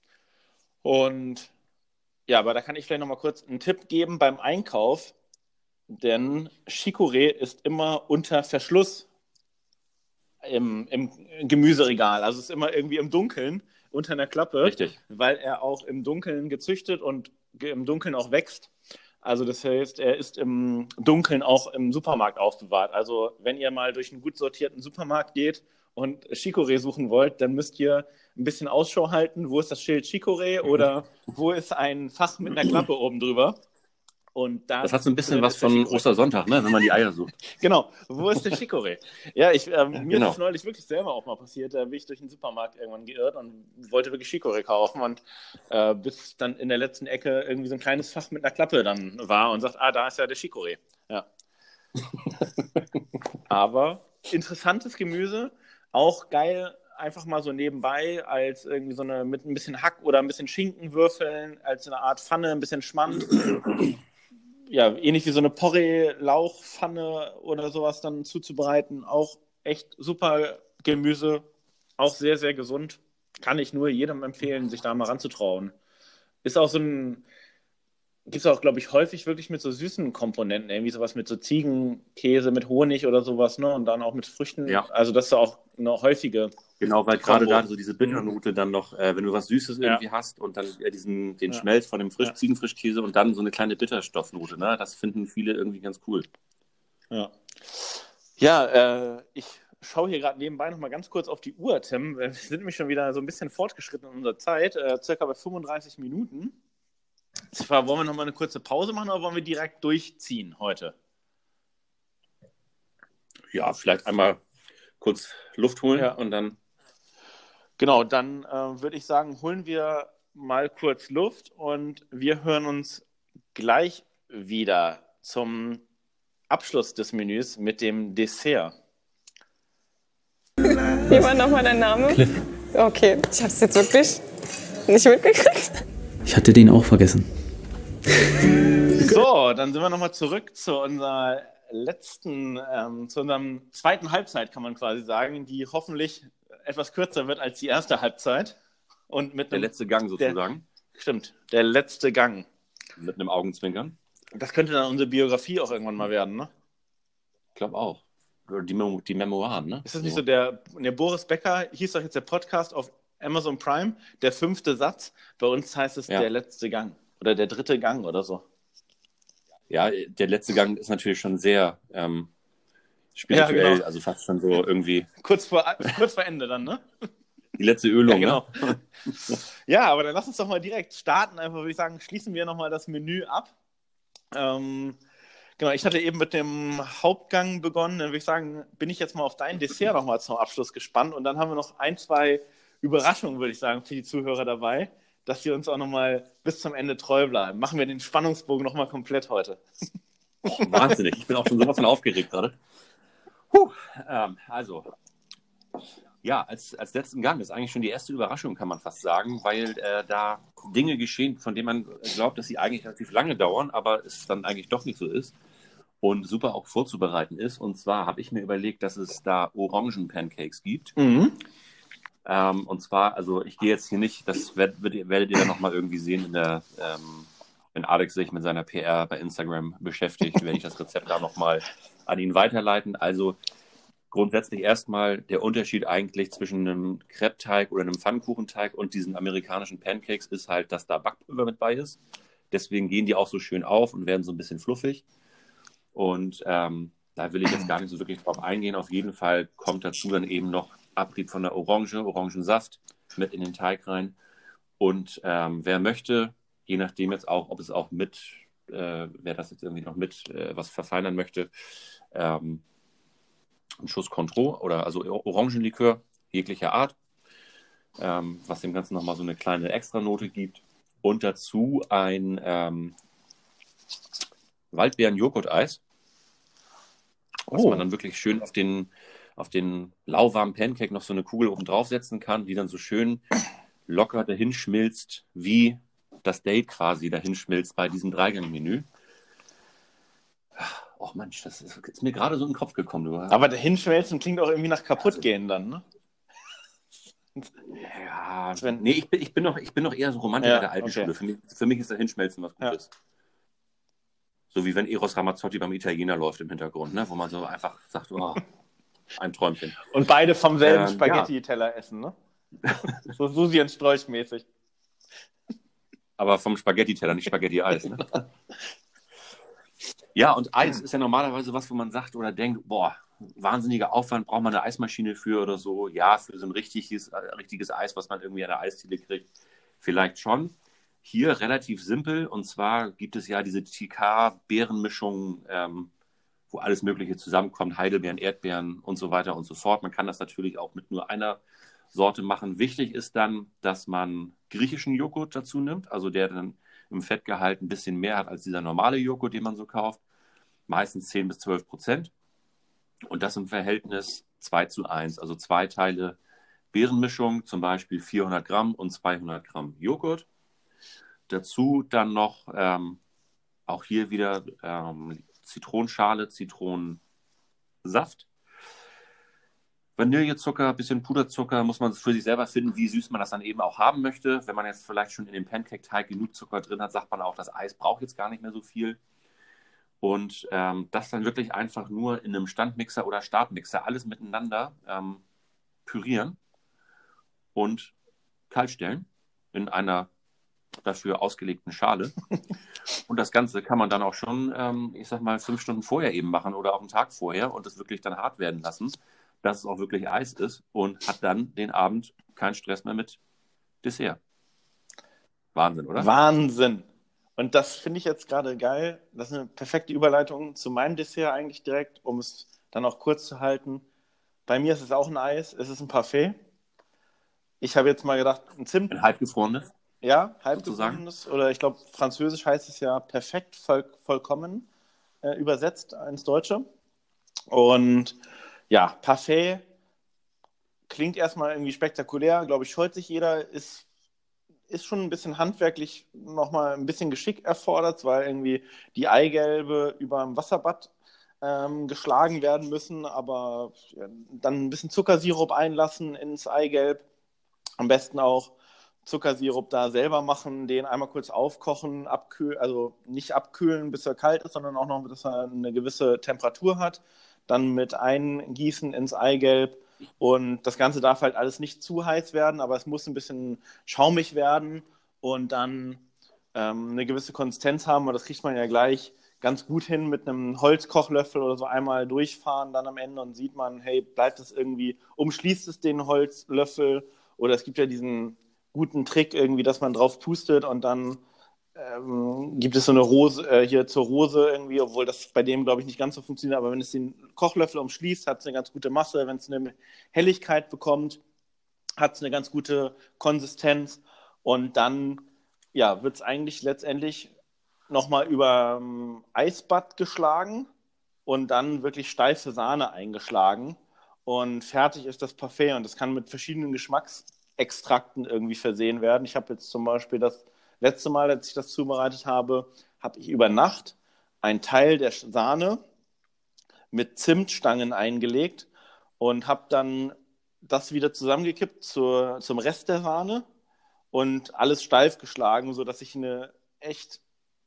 Und ja, aber da kann ich vielleicht nochmal kurz einen Tipp geben beim Einkauf. Denn Chicorée ist immer unter Verschluss im, im Gemüseregal. Also es ist immer irgendwie im Dunkeln unter einer Klappe. Richtig. Weil er auch im Dunkeln gezüchtet und ge- im Dunkeln auch wächst. Also das heißt, er ist im Dunkeln auch im Supermarkt aufbewahrt. Also wenn ihr mal durch einen gut sortierten Supermarkt geht und Chicorée suchen wollt, dann müsst ihr ein bisschen Ausschau halten, wo ist das Schild Chicorée oder wo ist ein Fach mit einer Klappe oben drüber. Und da Das hat so ein bisschen drin was ist der von Chicorée. Ostersonntag, ne? Wenn man die Eier sucht. Genau, wo ist der Chicorée? Ja, ich, ähm, mir Genau. ist es neulich wirklich selber auch mal passiert. Da bin ich durch den Supermarkt irgendwann geirrt und wollte wirklich Chicorée kaufen. Und äh, bis dann in der letzten Ecke irgendwie so ein kleines Fach mit einer Klappe dann war und sagt, ah, da ist ja der Chicorée. Ja. Aber interessantes Gemüse, auch geil, einfach mal so nebenbei als irgendwie so eine mit ein bisschen Hack oder ein bisschen Schinken würfeln, als eine Art Pfanne, ein bisschen Schmand. Ja, ähnlich wie so eine Porree-Lauchpfanne oder sowas dann zuzubereiten. Auch echt super Gemüse, auch sehr, sehr gesund. Kann ich nur jedem empfehlen, sich da mal ranzutrauen. Ist auch so ein, gibt es auch, glaube ich, häufig wirklich mit so süßen Komponenten, irgendwie sowas mit so Ziegenkäse, mit Honig oder sowas, ne? Und dann auch mit Früchten. Ja. Also das ist auch eine häufige. Genau, weil gerade Kombo. da so diese Bitternote dann noch, äh, wenn du was Süßes Ja. irgendwie hast und dann äh, diesen, den Ja. Schmelz von dem Frisch Ja. Ziegenfrischkäse und dann so eine kleine Bitterstoffnote, ne? Das finden viele irgendwie ganz cool. Ja, ja äh, ich schaue hier gerade nebenbei noch mal ganz kurz auf die Uhr, Tim. Wir sind nämlich schon wieder so ein bisschen fortgeschritten in unserer Zeit, äh, circa bei fünfunddreißig Minuten. Zwar, wollen wir noch mal eine kurze Pause machen oder wollen wir direkt durchziehen heute? Ja, vielleicht einmal kurz Luft holen Ja. und dann. Genau, dann äh, würde ich sagen, holen wir mal kurz Luft und wir hören uns gleich wieder zum Abschluss des Menüs mit dem Dessert. Wie war nochmal dein Name? Cliff. Okay, ich hab's jetzt wirklich nicht mitgekriegt. Ich hatte den auch vergessen. So, dann sind wir nochmal zurück zu unserer letzten, ähm, zu unserem zweiten Halbzeit, kann man quasi sagen, die hoffentlich etwas kürzer wird als die erste Halbzeit. Und mit Der einem, letzte Gang sozusagen. stimmt, der letzte Gang. Mit einem Augenzwinkern. Das könnte dann unsere Biografie auch irgendwann mal werden, ne? Ich glaube auch. Oder die, Memo die Memoiren, ne? Ist das nicht so, der, der Boris Becker, hieß doch jetzt der Podcast auf Amazon Prime, der fünfte Satz. Bei uns heißt es Ja. der letzte Gang oder der dritte Gang oder so. Ja, der letzte Gang ist natürlich schon sehr ähm, spirituell, Ja, genau. also fast schon so irgendwie Kurz vor, kurz vor Ende dann, ne? die letzte Ölung, Ja, genau. ne? Ja, aber dann lass uns doch mal direkt starten. Einfach würde ich sagen, schließen wir nochmal das Menü ab. Ähm, genau, ich hatte eben mit dem Hauptgang begonnen. Dann würde ich sagen, bin ich jetzt mal auf dein Dessert nochmal zum Abschluss gespannt. Und dann haben wir noch ein, zwei Überraschungen, würde ich sagen, für die Zuhörer dabei, dass sie uns auch nochmal bis zum Ende treu bleiben. Machen wir den Spannungsbogen nochmal komplett heute. Oh, wahnsinnig. Ich bin auch schon sowas von aufgeregt gerade. Puh, ähm, also, Ja, als, als letzten Gang ist eigentlich schon die erste Überraschung, kann man fast sagen, weil äh, da Dinge geschehen, von denen man glaubt, dass sie eigentlich relativ lange dauern, aber es dann eigentlich doch nicht so ist und super auch vorzubereiten ist. Und zwar habe ich mir überlegt, dass es da Orangen-Pancakes gibt. Mhm. Ähm, und zwar, also ich gehe jetzt hier nicht, das werdet, werdet ihr dann nochmal irgendwie sehen, in der, ähm, wenn Alex sich mit seiner P R bei Instagram beschäftigt, werde ich das Rezept da nochmal an ihn weiterleiten. Also grundsätzlich erstmal der Unterschied eigentlich zwischen einem Crepe-Teig oder einem Pfannkuchenteig und diesen amerikanischen Pancakes ist halt, dass da Backpulver mit bei ist. Deswegen gehen die auch so schön auf und werden so ein bisschen fluffig. Und ähm, da will ich jetzt gar nicht so wirklich drauf eingehen. Auf jeden Fall kommt dazu dann eben noch Abrieb von der Orange, Orangensaft mit in den Teig rein. Und ähm, wer möchte, je nachdem jetzt auch, ob es auch mit, äh, wer das jetzt irgendwie noch mit äh, was verfeinern möchte, ähm, ein Schuss Cointreau oder also Orangenlikör jeglicher Art, ähm, was dem Ganzen nochmal so eine kleine Extranote gibt. Und dazu ein ähm, Waldbeeren-Joghurt-Eis, was Oh. man dann wirklich schön auf den, auf den lauwarmen Pancake noch so eine Kugel oben draufsetzen kann, die dann so schön locker dahin schmilzt, wie das Date quasi dahin schmilzt bei diesem Dreigang-Menü. Oh Mensch, das ist, ist mir gerade so in den Kopf gekommen. Du. Aber der Hinschmelzen klingt auch irgendwie nach kaputt gehen dann, ne? Ja, Sven. nee, ich bin, ich bin, noch, ich bin noch eher so Romantiker Ja, der alten okay. Schule. Für mich, für mich ist da Hinschmelzen was Ja. Gutes. So wie wenn Eros Ramazzotti beim Italiener läuft im Hintergrund, ne? Wo man so einfach sagt, oh, ein Träumchen. Und beide vom selben Ähm, Spaghetti-Teller essen, ne? So Susi und Strolch mäßig. Aber vom Spaghetti-Teller, nicht Spaghetti-Eis. Ne? Ja, und Eis ist ja normalerweise was, wo man sagt oder denkt, boah, wahnsinniger Aufwand, braucht man eine Eismaschine für oder so. Ja, für so ein richtiges, äh, richtiges Eis, was man irgendwie an der Eisdiele kriegt, vielleicht schon. Hier relativ simpel, und zwar gibt es ja diese T K-Beerenmischung, ähm, wo alles Mögliche zusammenkommt, Heidelbeeren, Erdbeeren und so weiter und so fort. Man kann das natürlich auch mit nur einer Sorte machen. Wichtig ist dann, dass man griechischen Joghurt dazu nimmt, also der dann im Fettgehalt ein bisschen mehr hat als dieser normale Joghurt, den man so kauft. Meistens zehn bis zwölf Prozent. Und das im Verhältnis zwei zu eins, also zwei Teile Beerenmischung, zum Beispiel vierhundert Gramm und zweihundert Gramm Joghurt. Dazu dann noch ähm, auch hier wieder ähm, Zitronenschale, Zitronensaft, Vanillezucker, bisschen Puderzucker, muss man für sich selber finden, wie süß man das dann eben auch haben möchte. Wenn man jetzt vielleicht schon in dem Pancake-Teig genug Zucker drin hat, sagt man auch, das Eis braucht jetzt gar nicht mehr so viel. Und ähm, das dann wirklich einfach nur in einem Standmixer oder Stabmixer alles miteinander ähm, pürieren und kalt stellen in einer dafür ausgelegten Schale. Und das Ganze kann man dann auch schon, ähm, ich sag mal, fünf Stunden vorher eben machen oder auch einen Tag vorher und das wirklich dann hart werden lassen, dass es auch wirklich Eis ist und hat dann den Abend keinen Stress mehr mit Dessert. Wahnsinn, oder? Wahnsinn. Und das finde ich jetzt gerade geil. Das ist eine perfekte Überleitung zu meinem Dessert eigentlich direkt, um es dann auch kurz zu halten. Bei mir ist es auch ein Eis, es ist ein Parfait. Ich habe jetzt mal gedacht, ein Zimt. Ein halbgefrorenes. Ja, sozusagen. halbgefrorenes. Oder ich glaube, französisch heißt es ja perfekt, voll, vollkommen äh, übersetzt ins Deutsche. Und ja, Parfait klingt erstmal irgendwie spektakulär. Glaube ich, scheut sich jeder. Ist, ist schon ein bisschen handwerklich nochmal ein bisschen Geschick erfordert, weil irgendwie die Eigelbe über dem Wasserbad ähm, geschlagen werden müssen, aber ja, dann ein bisschen Zuckersirup einlassen ins Eigelb. Am besten auch Zuckersirup da selber machen, den einmal kurz aufkochen, abkühlen, also nicht abkühlen, bis er kalt ist, sondern auch noch, dass er eine gewisse Temperatur hat. Dann mit eingießen ins Eigelb und das Ganze darf halt alles nicht zu heiß werden, aber es muss ein bisschen schaumig werden und dann ähm, eine gewisse Konsistenz haben, und das kriegt man ja gleich ganz gut hin mit einem Holzkochlöffel oder so einmal durchfahren dann am Ende und sieht man, hey, bleibt es irgendwie, umschließt es den Holzlöffel, oder es gibt ja diesen guten Trick irgendwie, dass man drauf pustet und dann ähm, gibt es so eine Rose, äh, hier zur Rose irgendwie, obwohl das bei dem, glaube ich, nicht ganz so funktioniert, aber wenn es den Kochlöffel umschließt, hat es eine ganz gute Masse, wenn es eine Helligkeit bekommt, hat es eine ganz gute Konsistenz und dann ja, wird es eigentlich letztendlich nochmal über ähm, Eisbad geschlagen und dann wirklich steife Sahne eingeschlagen und fertig ist das Parfait und das kann mit verschiedenen Geschmacksextrakten irgendwie versehen werden. Ich habe jetzt zum Beispiel das letzte Mal, als ich das zubereitet habe, habe ich über Nacht einen Teil der Sahne mit Zimtstangen eingelegt und habe dann das wieder zusammengekippt zur, zum Rest der Sahne und alles steif geschlagen, sodass ich eine echt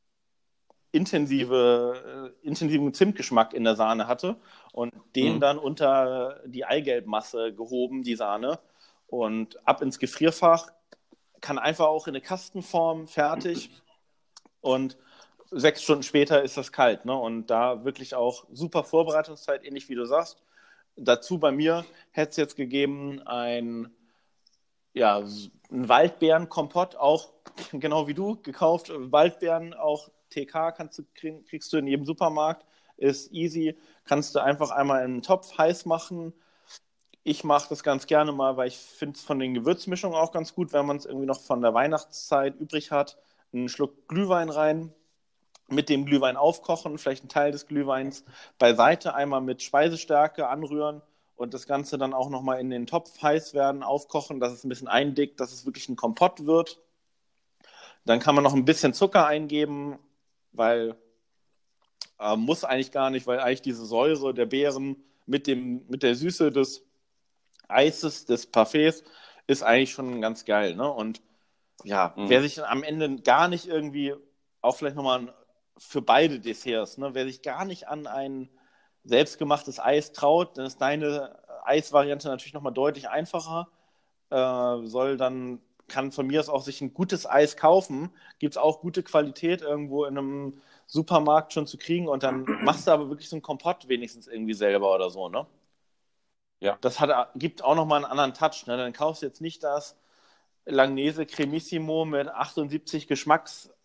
intensive, äh, intensiven Zimtgeschmack in der Sahne hatte und den Mhm. dann unter die Eigelbmasse gehoben, die Sahne, und ab ins Gefrierfach, kann einfach auch in eine Kastenform fertig und sechs Stunden später ist das kalt, ne? Und da wirklich auch super Vorbereitungszeit, ähnlich wie du sagst. Dazu bei mir hätte es jetzt gegeben ein, ja, ein Waldbeerenkompott, auch genau wie du, gekauft. Waldbeeren, auch T K kannst du, krieg, kriegst du in jedem Supermarkt, ist easy. Kannst du einfach einmal in einen Topf heiß machen. Ich mache das ganz gerne mal, weil ich finde es von den Gewürzmischungen auch ganz gut, wenn man es irgendwie noch von der Weihnachtszeit übrig hat. Einen Schluck Glühwein rein, mit dem Glühwein aufkochen, vielleicht einen Teil des Glühweins beiseite, einmal mit Speisestärke anrühren und das Ganze dann auch nochmal in den Topf heiß werden, aufkochen, dass es ein bisschen eindickt, dass es wirklich ein Kompott wird. Dann kann man noch ein bisschen Zucker eingeben, weil äh, muss eigentlich gar nicht, weil eigentlich diese Säure der Beeren mit, dem, mit der Süße des Eises, des Parfaits, ist eigentlich schon ganz geil, ne? Und ja, Mhm. wer sich am Ende gar nicht irgendwie, auch vielleicht nochmal für beide Desserts, ne, wer sich gar nicht an ein selbstgemachtes Eis traut, dann ist deine Eisvariante natürlich nochmal deutlich einfacher. Äh, soll dann, kann von mir aus auch sich ein gutes Eis kaufen. Gibt es auch gute Qualität irgendwo in einem Supermarkt schon zu kriegen und dann machst du aber wirklich so einen Kompott wenigstens irgendwie selber oder so, ne? Ja. Das hat, gibt auch nochmal einen anderen Touch, ne? Dann kaufst du jetzt nicht das Langnese Cremissimo mit achtundsiebzig Geschmackssirup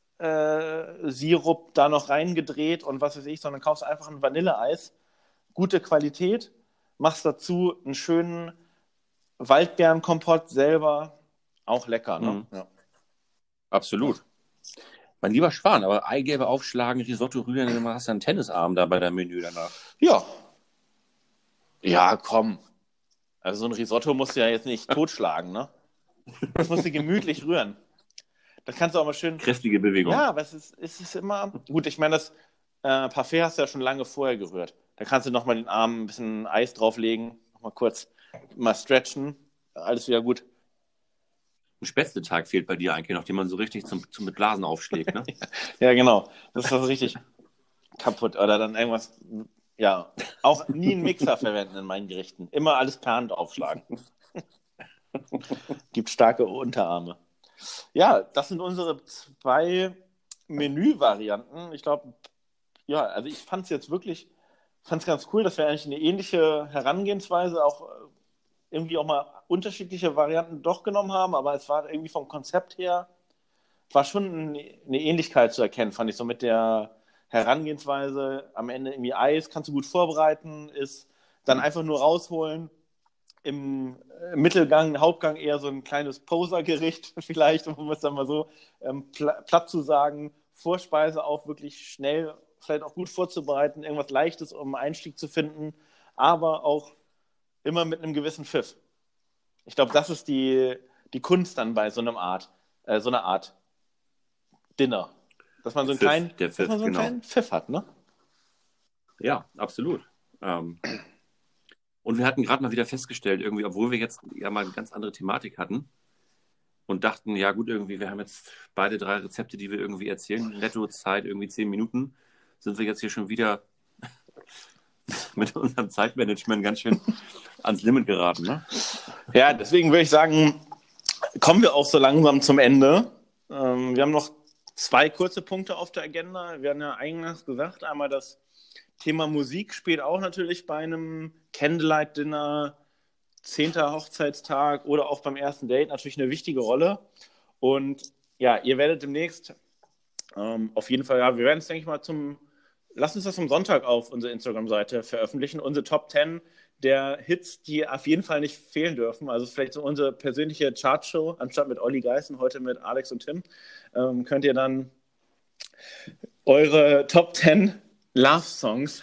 äh, da noch reingedreht und was weiß ich, sondern kaufst einfach ein Vanilleeis, gute Qualität, machst dazu einen schönen Waldbeerenkompott selber, auch lecker, ne? Mhm. Ja. Absolut. Mein lieber Schwan, aber Eigelbe aufschlagen, Risotto rühren, dann hast du einen Tennisarm da bei deinem Menü danach. Ja. Ja, komm. Also so ein Risotto musst du ja jetzt nicht totschlagen, ne? Das musst du gemütlich rühren. Das kannst du auch mal schön... Kräftige Bewegung. Ja, aber es ist, es ist immer... Gut, ich meine, das äh, Parfait hast du ja schon lange vorher gerührt. Da kannst du nochmal den Arm ein bisschen Eis drauflegen, nochmal kurz mal stretchen, alles wieder gut. Ein Spätzleteig fehlt bei dir eigentlich noch, den man so richtig zum, zum mit Blasen aufschlägt, ne? Ja, genau. Das ist das richtig kaputt. Oder dann irgendwas... Ja, auch nie einen Mixer verwenden in meinen Gerichten. Immer alles per Hand aufschlagen. Gibt starke Unterarme. Ja, das sind unsere zwei Menüvarianten. Ich glaube, ja, also ich fand es jetzt wirklich, fand es ganz cool, dass wir eigentlich eine ähnliche Herangehensweise, auch irgendwie auch mal unterschiedliche Varianten doch genommen haben, aber es war irgendwie vom Konzept her, war schon eine Ähnlichkeit zu erkennen, fand ich, so mit der Herangehensweise. Am Ende irgendwie Eis, kannst du gut vorbereiten, ist dann einfach nur rausholen. Im Mittelgang, Hauptgang eher so ein kleines Poser-Gericht vielleicht, um es dann mal so ähm, pl- platt zu sagen. Vorspeise auch wirklich schnell, vielleicht auch gut vorzubereiten, irgendwas Leichtes, um einen Einstieg zu finden, aber auch immer mit einem gewissen Pfiff. Ich glaube, das ist die, die Kunst dann bei so einem Art, äh, so einer Art Dinner. Dass man so einen Pfiff, kleinen, der Pfiff, dass man so einen genau. kleinen Pfiff hat, ne? Ja, absolut. Ähm, und wir hatten gerade mal wieder festgestellt, irgendwie, obwohl wir jetzt ja mal eine ganz andere Thematik hatten und dachten, ja gut, irgendwie, wir haben jetzt beide drei Rezepte, die wir irgendwie erzählen, Netto-Zeit irgendwie zehn Minuten, sind wir jetzt hier schon wieder mit unserem Zeitmanagement ganz schön ans Limit geraten, ne? Ja, deswegen würde ich sagen, kommen wir auch so langsam zum Ende. Ähm, wir haben noch zwei kurze Punkte auf der Agenda. Wir haben ja eingangs gesagt, einmal das Thema Musik spielt auch natürlich bei einem Candlelight-Dinner, zehnter Hochzeitstag oder auch beim ersten Date natürlich eine wichtige Rolle. Und ja, ihr werdet demnächst ähm, auf jeden Fall, ja, wir werden es, denke ich mal, zum, lasst uns das am Sonntag auf unserer Instagram-Seite veröffentlichen, unsere Top zehn der Hits, die auf jeden Fall nicht fehlen dürfen. Also vielleicht so unsere persönliche Chartshow, anstatt mit Olli Geißen, heute mit Alex und Tim, ähm, könnt ihr dann eure Top zehn Love-Songs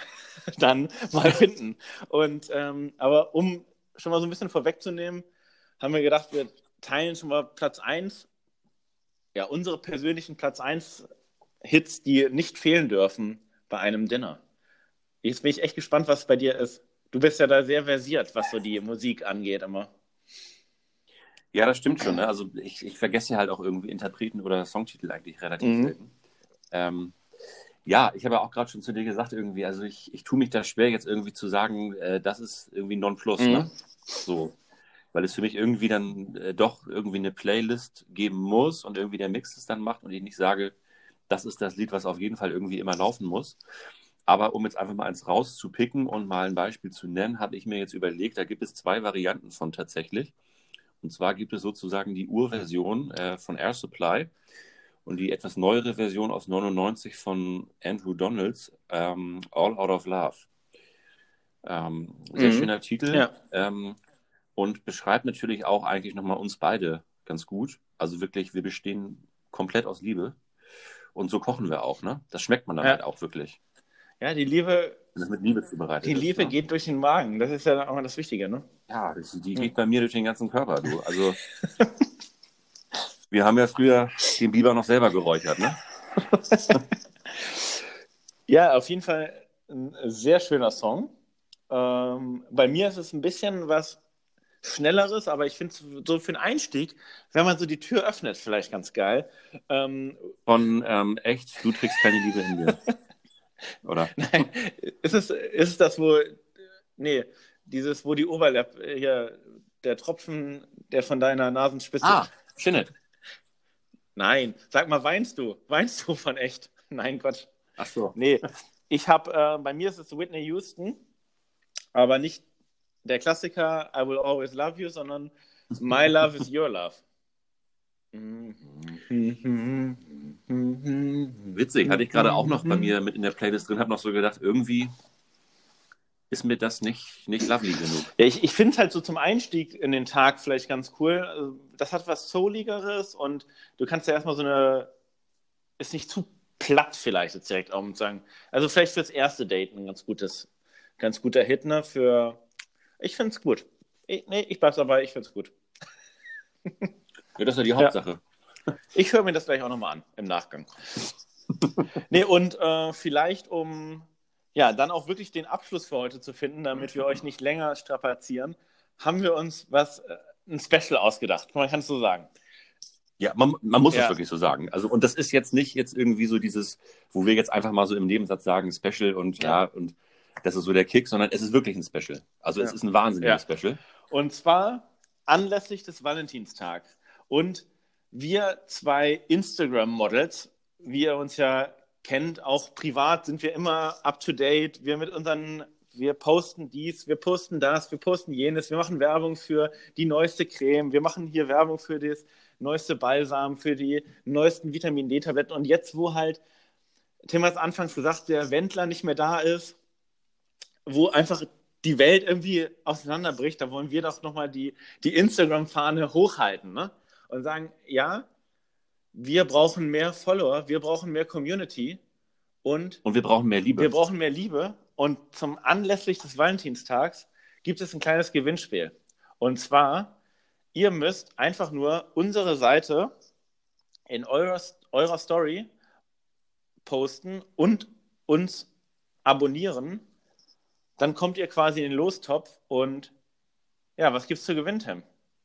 dann mal finden. Und ähm, aber um schon mal so ein bisschen vorwegzunehmen, haben wir gedacht, wir teilen schon mal Platz eins, ja, unsere persönlichen Platz eins Hits, die nicht fehlen dürfen bei einem Dinner. Jetzt bin ich echt gespannt, was bei dir ist. Du bist ja da sehr versiert, was so die Musik angeht immer. Ja, das stimmt schon. Ne? Also ich, ich vergesse halt auch irgendwie Interpreten oder Songtitel eigentlich relativ Mhm. selten. Ähm, ja, ich habe ja auch gerade schon zu dir gesagt irgendwie, also ich, ich tue mich da schwer jetzt irgendwie zu sagen, äh, das ist irgendwie Nonplus, Mhm. ne? So, weil es für mich irgendwie dann äh, doch irgendwie eine Playlist geben muss und irgendwie der Mix es dann macht und ich nicht sage, das ist das Lied, was auf jeden Fall irgendwie immer laufen muss. Aber um jetzt einfach mal eins rauszupicken und mal ein Beispiel zu nennen, habe ich mir jetzt überlegt, da gibt es zwei Varianten von tatsächlich. Und zwar gibt es sozusagen die Urversion äh, von Air Supply und die etwas neuere Version aus neunundneunzig von Andrew Donalds, ähm, All Out of Love. Ähm, sehr Mhm. schöner Titel Ja. ähm, und beschreibt natürlich auch eigentlich nochmal uns beide ganz gut. Also wirklich, wir bestehen komplett aus Liebe und so kochen wir auch, ne? Das schmeckt man dann Ja. halt auch wirklich, Ja, die Liebe, wenn es mit Liebe zubereitet die ist. Liebe Ne? geht durch den Magen. Das ist ja auch mal das Wichtige, ne? Ja, das, die geht bei mir durch den ganzen Körper, du. Also wir haben ja früher den Biber noch selber geräuchert, ne? Ja, auf jeden Fall ein sehr schöner Song. Ähm, bei mir ist es ein bisschen was Schnelleres, aber ich finde so für den Einstieg, wenn man so die Tür öffnet, vielleicht ganz geil. Ähm, Von ähm, echt, du trägst keine Liebe in dir. Oder? nein, ist es, ist es das, wo, nee, dieses, wo die Oberlippe, hier, der Tropfen, der von deiner Nasenspitze. Ah, Shinnet. Nein, sag mal, weinst du? Weinst du von echt? Nein, Gott. Ach so. Nee, ich habe, äh, bei mir ist es Whitney Houston, aber nicht der Klassiker I Will Always Love You, sondern My Love is Your Love. Witzig, hatte ich gerade auch noch bei mir mit in der Playlist drin, habe noch so gedacht, irgendwie ist mir das nicht, nicht lovely genug. Ja, ich ich finde es halt so zum Einstieg in den Tag vielleicht ganz cool. Also, das hat was Souligeres und du kannst ja erstmal so eine, ist nicht zu platt vielleicht jetzt direkt auch und sagen, also vielleicht fürs erste Date ein ganz gutes, ganz guter Hit, ne, für, ich finde es gut. Ich, nee, ich bleib's dabei, ich finde es gut. Ja, das ist ja die Hauptsache. Ich höre mir das gleich auch nochmal an, im Nachgang. Nee, und äh, vielleicht um, ja, dann auch wirklich den Abschluss für heute zu finden, damit wir euch nicht länger strapazieren, haben wir uns was, äh, ein Special ausgedacht. Man kann es so sagen. Ja, man, man muss es Ja. wirklich so sagen. Also, und das ist jetzt nicht jetzt irgendwie so dieses, wo wir jetzt einfach mal so im Nebensatz sagen, Special und ja, Ja. und das ist so der Kick, sondern es ist wirklich ein Special. Also es Ja. ist ein wahnsinniges Ja. Special. Und zwar anlässlich des Valentinstags. Und wir zwei Instagram-Models, wie ihr uns ja kennt, auch privat sind wir immer up-to-date. Wir mit unseren, wir posten dies, wir posten das, wir posten jenes. Wir machen Werbung für die neueste Creme. Wir machen hier Werbung für das neueste Balsam, für die neuesten Vitamin-D-Tabletten. Und jetzt, wo halt, Tim hat es anfangs gesagt, der Wendler nicht mehr da ist, wo einfach die Welt irgendwie auseinanderbricht, da wollen wir doch nochmal die, die Instagram-Fahne hochhalten, ne? Und sagen, ja, wir brauchen mehr Follower, wir brauchen mehr Community und Und wir brauchen mehr Liebe. wir brauchen mehr Liebe. Und zum anlässlich des Valentinstags gibt es ein kleines Gewinnspiel. Und zwar, ihr müsst einfach nur unsere Seite in eurer, eurer Story posten und uns abonnieren. Dann kommt ihr quasi in den Lostopf und ja, was gibt's zu gewinnen, Tim?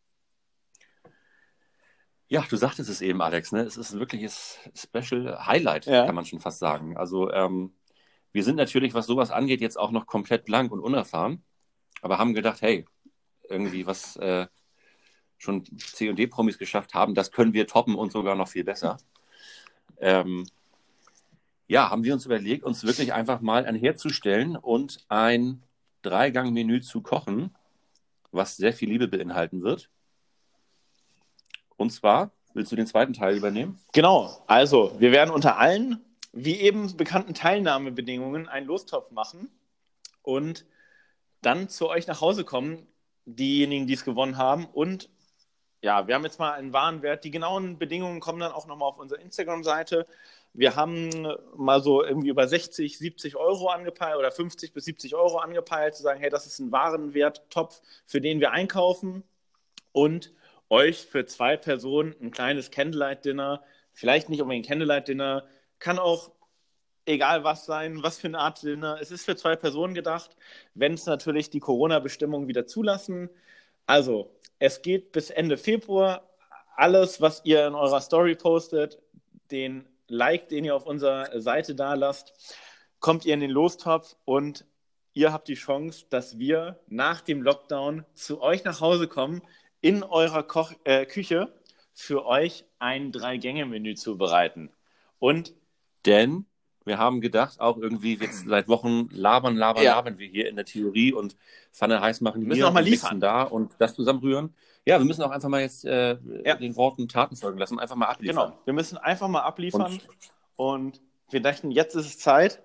Ja, du sagtest es eben, Alex, ne? Es ist ein wirkliches Special Highlight, Ja. kann man schon fast sagen. Also ähm, wir sind natürlich, was sowas angeht, jetzt auch noch komplett blank und unerfahren, aber haben gedacht, hey, irgendwie was äh, schon C und D-Promis geschafft haben, das können wir toppen und sogar noch viel besser. Ähm, ja, haben wir uns überlegt, uns wirklich einfach mal ein Herd zu stellen und ein Dreigang-Menü zu kochen, was sehr viel Liebe beinhalten wird. Und zwar, willst du den zweiten Teil übernehmen? Genau, also wir werden unter allen, wie eben bekannten Teilnahmebedingungen, einen Lostopf machen und dann zu euch nach Hause kommen, diejenigen, die es gewonnen haben. Und ja, wir haben jetzt mal einen Warenwert. Die genauen Bedingungen kommen dann auch nochmal auf unserer Instagram-Seite. Wir haben mal so irgendwie über sechzig, siebzig Euro angepeilt oder fünfzig bis siebzig Euro angepeilt, zu sagen, hey, das ist ein Warenwerttopf, für den wir einkaufen und euch für zwei Personen ein kleines Candlelight-Dinner, vielleicht nicht unbedingt Candlelight-Dinner, kann auch egal was sein, was für eine Art Dinner. Es ist für zwei Personen gedacht, wenn es natürlich die Corona-Bestimmungen wieder zulassen. Also, es geht bis Ende Februar. Alles, was ihr in eurer Story postet, den Like, den ihr auf unserer Seite da lasst, kommt ihr in den Lostopf und ihr habt die Chance, dass wir nach dem Lockdown zu euch nach Hause kommen, in eurer Koch- äh, Küche für euch ein Drei-Gänge-Menü zubereiten. Und Denn wir haben gedacht, auch irgendwie jetzt seit Wochen labern, labern, Ja. labern wir hier in der Theorie und Pfanne heiß machen Wir müssen hier auch mal und liefern. mixen da und das zusammenrühren. Ja, wir müssen auch einfach mal jetzt äh, Ja. den Worten Taten folgen lassen, einfach mal abliefern. genau, wir müssen einfach mal abliefern Und- und wir dachten, jetzt ist es Zeit.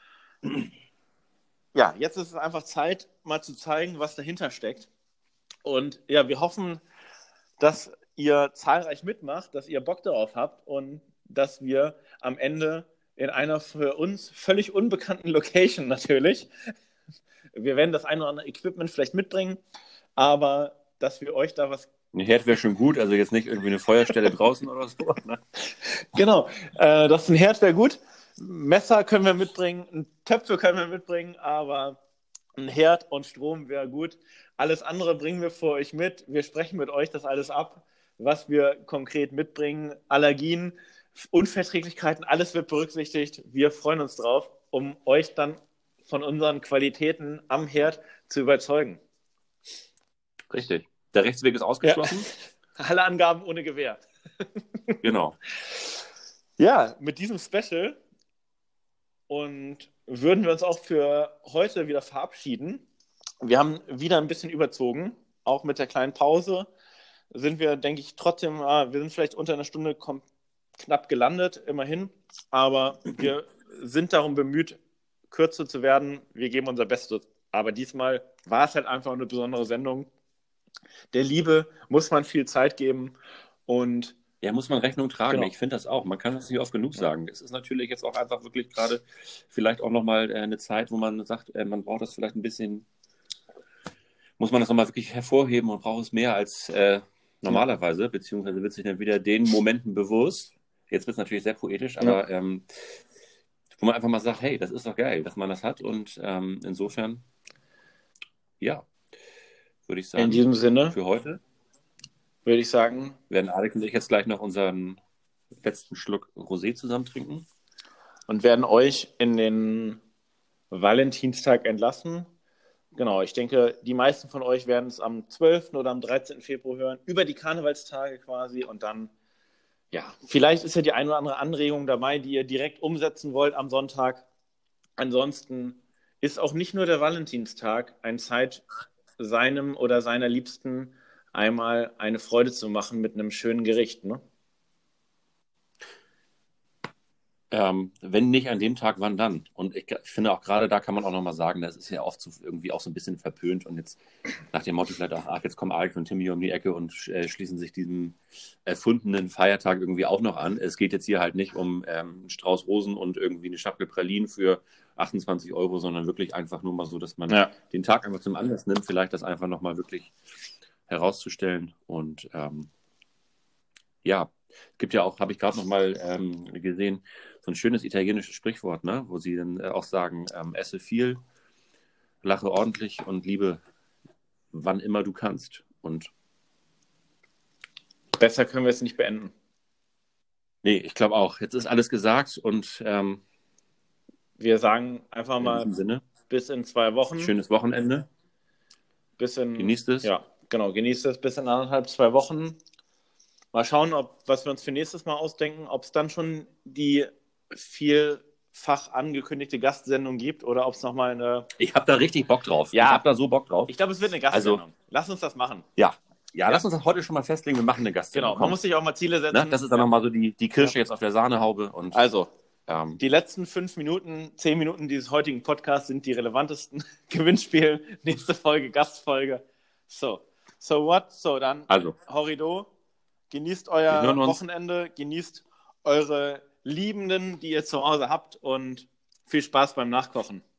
Ja, jetzt ist es einfach Zeit, mal zu zeigen, was dahinter steckt. Und ja, wir hoffen, dass ihr zahlreich mitmacht, dass ihr Bock darauf habt und dass wir am Ende in einer für uns völlig unbekannten Location natürlich, wir werden das eine oder andere Equipment vielleicht mitbringen, aber dass wir euch da was, Ein Herd wäre schon gut, also jetzt nicht irgendwie eine Feuerstelle draußen oder so. Ne? genau, äh, das ist ein Herd wäre gut, Messer können wir mitbringen, Töpfe können wir mitbringen, aber ein Herd und Strom wäre gut. Alles andere bringen wir für euch mit. Wir sprechen mit euch das alles ab, was wir konkret mitbringen. Allergien, Unverträglichkeiten, alles wird berücksichtigt. Wir freuen uns drauf, um euch dann von unseren Qualitäten am Herd zu überzeugen. Richtig. Der Rechtsweg ist ausgeschlossen. Alle Angaben ohne Gewähr. Genau. Ja, mit diesem Special und würden wir uns auch für heute wieder verabschieden. Wir haben wieder ein bisschen überzogen, auch mit der kleinen Pause sind wir, denke ich, trotzdem, ah, wir sind vielleicht unter einer Stunde kom- knapp gelandet, immerhin, aber wir sind darum bemüht, kürzer zu werden. Wir geben unser Bestes, aber diesmal war es halt einfach eine besondere Sendung. Der Liebe muss man viel Zeit geben und Ja, muss man Rechnung tragen. Genau. Ich finde das auch. Man kann das nicht oft genug sagen. Es ist natürlich jetzt auch einfach wirklich gerade vielleicht auch nochmal äh, eine Zeit, wo man sagt, äh, man braucht das vielleicht ein bisschen, muss man das nochmal wirklich hervorheben und braucht es mehr als äh, normalerweise, beziehungsweise wird sich dann wieder den Momenten bewusst. Jetzt wird es natürlich sehr poetisch, aber ähm, wo man einfach mal sagt, hey, das ist doch geil, dass man das hat und ähm, insofern, ja, würde ich sagen, in diesem Sinne für heute würde ich sagen, werden Alex und ich jetzt gleich noch unseren letzten Schluck Rosé zusammen trinken. und werden euch in den Valentinstag entlassen. Genau, ich denke, die meisten von euch werden es am zwölften oder am dreizehnten Februar hören, über die Karnevalstage quasi und dann, ja, vielleicht ist ja die eine oder andere Anregung dabei, die ihr direkt umsetzen wollt am Sonntag. Ansonsten ist auch nicht nur der Valentinstag eine Zeit, seinem oder seiner Liebsten einmal eine Freude zu machen mit einem schönen Gericht, ne? Ähm, wenn nicht an dem Tag, wann dann? Und ich, ich finde auch gerade da kann man auch nochmal sagen, das ist ja oft so irgendwie auch so ein bisschen verpönt und jetzt nach dem Motto vielleicht auch, ach, jetzt kommen Alex und Timmy um die Ecke und äh, schließen sich diesem erfundenen Feiertag irgendwie auch noch an. Es geht jetzt hier halt nicht um ähm, einen Strauß Rosen und irgendwie eine Schachtel Pralinen für achtundzwanzig Euro, sondern wirklich einfach nur mal so, dass man Ja. den Tag einfach zum Anlass nimmt, vielleicht das einfach nochmal wirklich herauszustellen und ähm, ja, es gibt ja auch, habe ich gerade noch mal ähm, gesehen, so ein schönes italienisches Sprichwort, ne? Wo sie dann äh, auch sagen, ähm, esse viel, lache ordentlich und liebe, wann immer du kannst. Und Besser können wir es nicht beenden. nee, ich glaube auch, jetzt ist alles gesagt und ähm, Wir sagen einfach in mal diesem Sinne, bis in zwei Wochen. schönes Wochenende, Bis in, genießt es. Ja, genau, genießt es bis in anderthalb, zwei Wochen. Mal schauen, ob, was wir uns für nächstes Mal ausdenken, ob es dann schon die vielfach angekündigte Gastsendung gibt oder ob es nochmal eine... Ich habe da richtig Bock drauf. Ja. Ich habe da so Bock drauf. Ich glaube, es wird eine Gastsendung. Lass uns das machen. Ja. ja, lass uns das heute schon mal festlegen, wir machen eine Gastsendung. Genau, man muss sich auch mal Ziele setzen. ne? Das ist dann nochmal so die, die Kirsche jetzt auf der Sahnehaube. Und, Also, ähm, die letzten fünf Minuten, zehn Minuten dieses heutigen Podcasts sind die relevantesten. Gewinnspiel, nächste Folge, Gastfolge. So, so what? So, dann also, Horrido, genießt Wir euer hören uns. Wochenende, genießt eure Liebenden, die ihr zu Hause habt und viel Spaß beim Nachkochen.